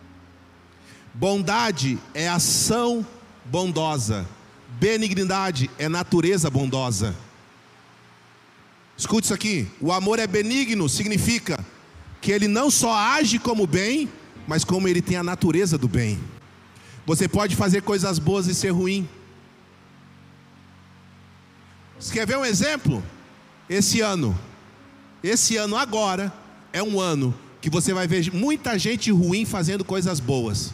Bondade é ação bondosa. Benignidade é natureza bondosa. Escute isso aqui: o amor é benigno, significa que ele não só age como bem, mas como ele tem a natureza do bem. Você pode fazer coisas boas e ser ruim. Você quer ver um exemplo? Esse ano agora é um ano que você vai ver muita gente ruim fazendo coisas boas.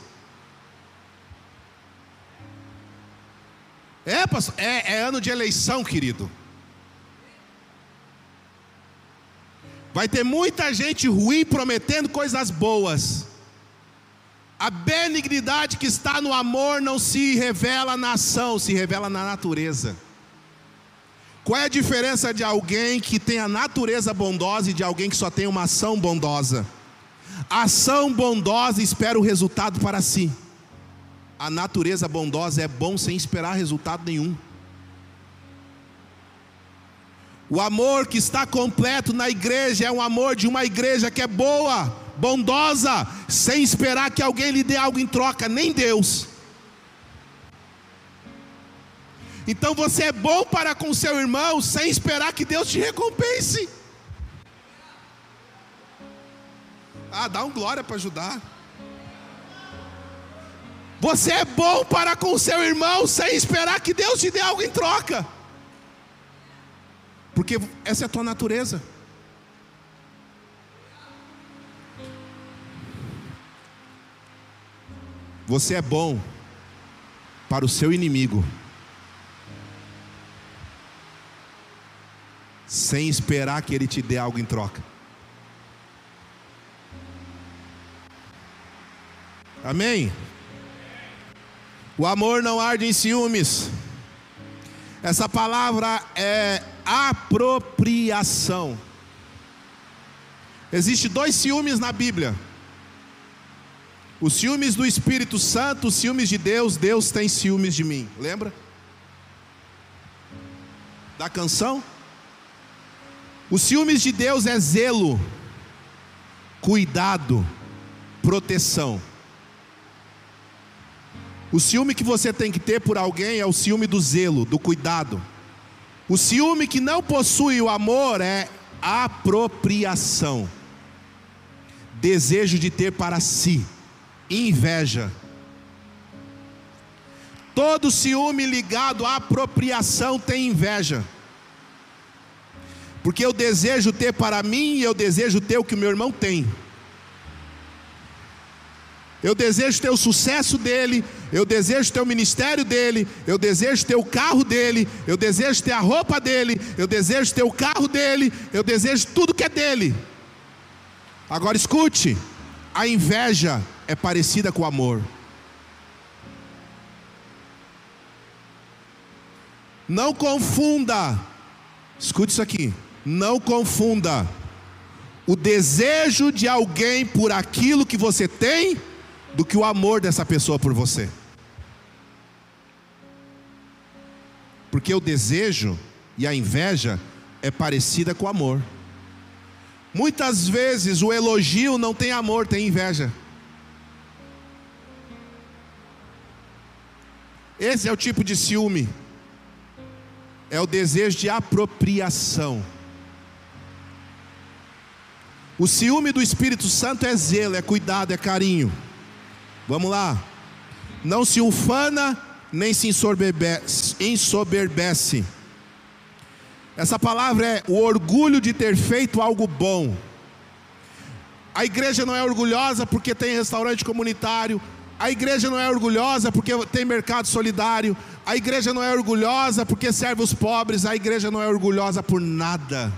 Pastor, é ano de eleição, querido. Vai ter muita gente ruim prometendo coisas boas. A benignidade que está no amor não se revela na ação, se revela na natureza. Qual é a diferença de alguém que tem a natureza bondosa e de alguém que só tem uma ação bondosa? A ação bondosa espera o resultado para si. A natureza bondosa é bom sem esperar resultado nenhum. O amor que está completo na igreja é um amor de uma igreja que é boa, bondosa, sem esperar que alguém lhe dê algo em troca, nem Deus. Então você é bom para com seu irmão sem esperar que Deus te recompense. Dá um glória para ajudar. Você é bom para com seu irmão sem esperar que Deus te dê algo em troca. Porque essa é a tua natureza. Você é bom para o seu inimigo sem esperar que ele te dê algo em troca. Amém? O amor não arde em ciúmes. Essa palavra é apropriação. Existem 2 ciúmes na Bíblia: os ciúmes do Espírito Santo, os ciúmes de Deus. Deus tem ciúmes de mim. Lembra da canção? Os ciúmes de Deus é zelo, cuidado, proteção. O ciúme que você tem que ter por alguém é o ciúme do zelo, do cuidado. O ciúme que não possui o amor é apropriação, desejo de ter para si, inveja. Todo ciúme ligado à apropriação tem inveja. Porque eu desejo ter para mim e eu desejo ter o que o meu irmão tem. Eu desejo ter o sucesso dele, eu desejo ter o ministério dele, eu desejo ter o carro dele, eu desejo ter a roupa dele, eu desejo ter o carro dele, eu desejo tudo que é dele. Agora escute, a inveja é parecida com o amor. Não confunda, escute isso aqui, não confunda o desejo de alguém por aquilo que você tem do que o amor dessa pessoa por você. Porque o desejo e a inveja é parecida com o amor. Muitas vezes o elogio não tem amor, tem inveja. Esse é o tipo de ciúme. É o desejo de apropriação. O ciúme do Espírito Santo é zelo, é cuidado, é carinho. Vamos lá. Não se ufana, nem se ensoberbece. Essa palavra é o orgulho de ter feito algo bom. A igreja não é orgulhosa porque tem restaurante comunitário. A igreja não é orgulhosa porque tem mercado solidário. A igreja não é orgulhosa porque serve os pobres. A igreja não é orgulhosa por nada.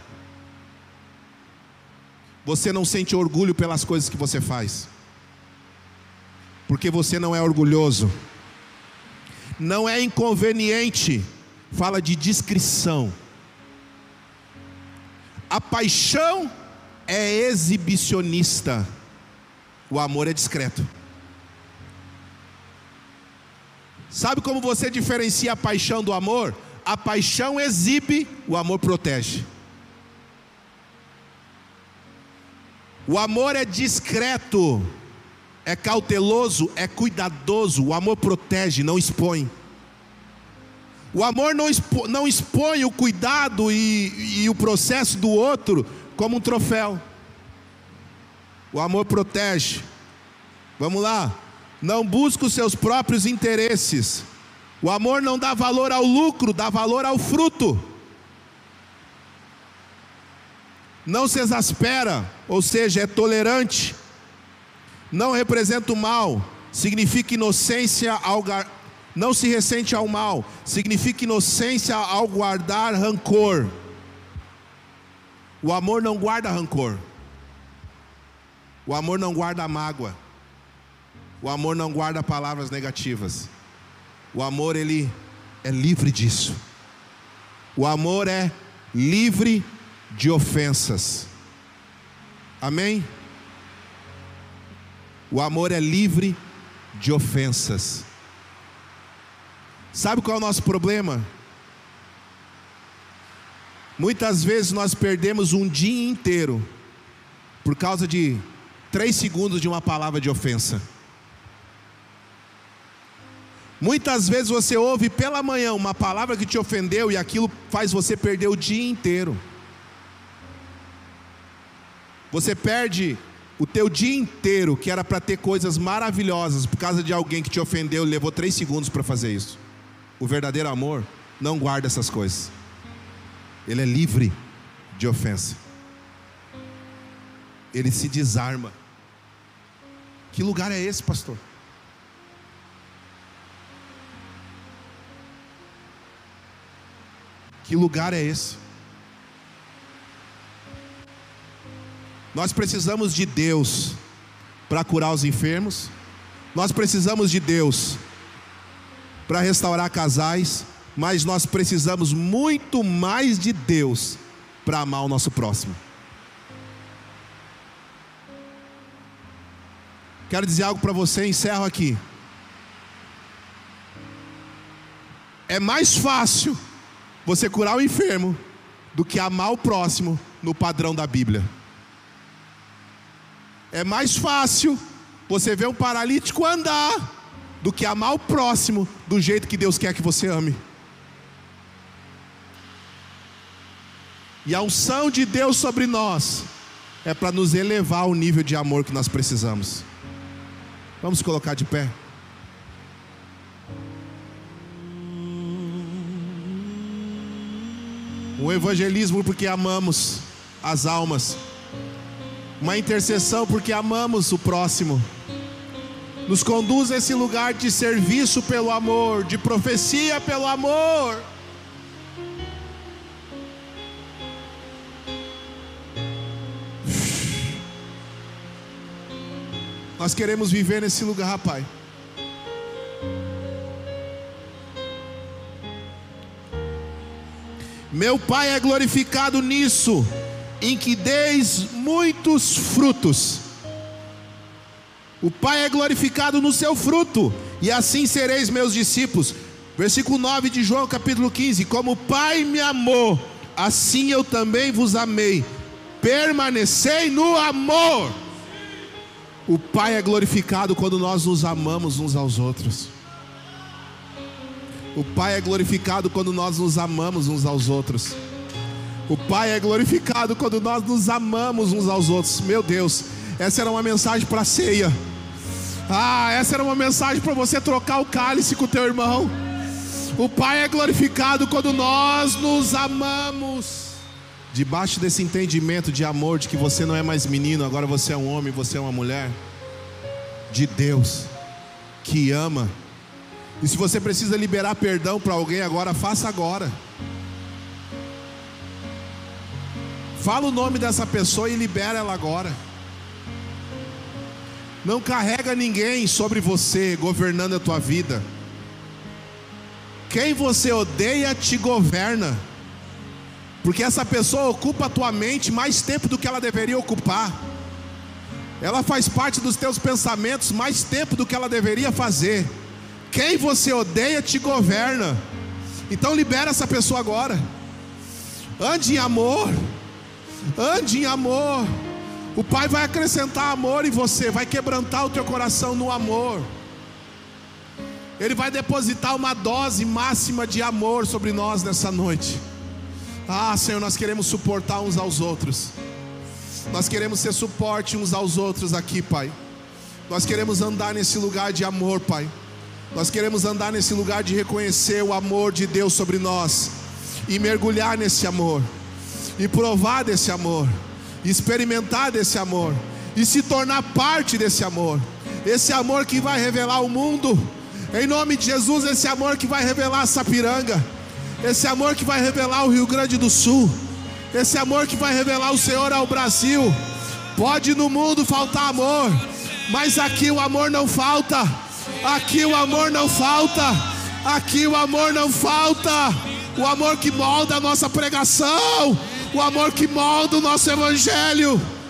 Você não sente orgulho pelas coisas que você faz, porque você não é orgulhoso. Não é inconveniente. Fala de discrição. A paixão é exibicionista. O amor é discreto. Sabe como você diferencia a paixão do amor? A paixão exibe, o amor protege. O amor é discreto, é cauteloso, é cuidadoso. O amor protege, não expõe. O amor não expõe o cuidado e o processo do outro como um troféu. O amor protege. Vamos lá. Não busca os seus próprios interesses. O amor não dá valor ao lucro, dá valor ao fruto. Não se exaspera, ou seja, é tolerante. Não representa o mal, significa inocência ao não se ressente ao mal, significa inocência ao guardar rancor. O amor não guarda rancor. O amor não guarda mágoa. O amor não guarda palavras negativas. O amor, ele é livre disso. O amor é livre de ofensas. Amém? O amor é livre de ofensas. Sabe qual é o nosso problema? Muitas vezes nós perdemos um dia inteiro por causa de 3 segundos de uma palavra de ofensa. Muitas vezes você ouve pela manhã uma palavra que te ofendeu e aquilo faz você perder o dia inteiro. Você perde o teu dia inteiro, que era para ter coisas maravilhosas, por causa de alguém que te ofendeu e levou 3 segundos para fazer isso. O verdadeiro amor não guarda essas coisas. Ele é livre de ofensa. Ele se desarma. Que lugar é esse, pastor? Que lugar é esse? Nós precisamos de Deus para curar os enfermos. Nós precisamos de Deus para restaurar casais. Mas nós precisamos muito mais de Deus para amar o nosso próximo. Quero dizer algo para você, encerro aqui. É mais fácil você curar o enfermo do que amar o próximo no padrão da Bíblia. É mais fácil você ver um paralítico andar do que amar o próximo do jeito que Deus quer que você ame. E a unção de Deus sobre nós é para nos elevar ao nível de amor que nós precisamos. Vamos colocar de pé. Um evangelismo porque amamos as almas. Uma intercessão porque amamos o próximo. Nos conduz a esse lugar de serviço pelo amor, de profecia pelo amor. Nós queremos viver nesse lugar, Pai. Meu Pai é glorificado nisso, em que deis muitos frutos. O Pai é glorificado no seu fruto, e assim sereis meus discípulos. Versículo 9 de João capítulo 15. Como o Pai me amou, assim eu também vos amei. Permanecei no amor. O Pai é glorificado quando nós nos amamos uns aos outros. O Pai é glorificado quando nós nos amamos uns aos outros. O Pai é glorificado quando nós nos amamos uns aos outros. Meu Deus, essa era uma mensagem para a ceia. Essa era uma mensagem para você trocar o cálice com o teu irmão. O Pai é glorificado quando nós nos amamos. Debaixo desse entendimento de amor, de que você não é mais menino, agora você é um homem, você é uma mulher de Deus, que ama. E se você precisa liberar perdão para alguém agora, faça agora. Fala o nome dessa pessoa e libera ela agora. Não carrega ninguém sobre você, governando a tua vida. Quem você odeia te governa. Porque essa pessoa ocupa a tua mente mais tempo do que ela deveria ocupar. Ela faz parte dos teus pensamentos mais tempo do que ela deveria fazer. Quem você odeia te governa. Então libera essa pessoa agora. Ande em amor. Ande em amor. O Pai vai acrescentar amor em você, vai quebrantar o teu coração no amor. Ele vai depositar uma dose máxima de amor sobre nós nessa noite. Senhor, nós queremos suportar uns aos outros. Nós queremos ser suporte uns aos outros aqui, Pai. Nós queremos andar nesse lugar de amor, Pai. Nós queremos andar nesse lugar de reconhecer o amor de Deus sobre nós, e mergulhar nesse amor, e provar desse amor, e experimentar desse amor, e se tornar parte desse amor. Esse amor que vai revelar o mundo, em nome de Jesus. Esse amor que vai revelar a Sapiranga. Esse amor que vai revelar o Rio Grande do Sul. Esse amor que vai revelar o Senhor ao Brasil. Pode no mundo faltar amor, mas aqui o amor não falta. Aqui o amor não falta. Aqui o amor não falta. O amor que molda a nossa pregação, o amor que molda o nosso evangelho,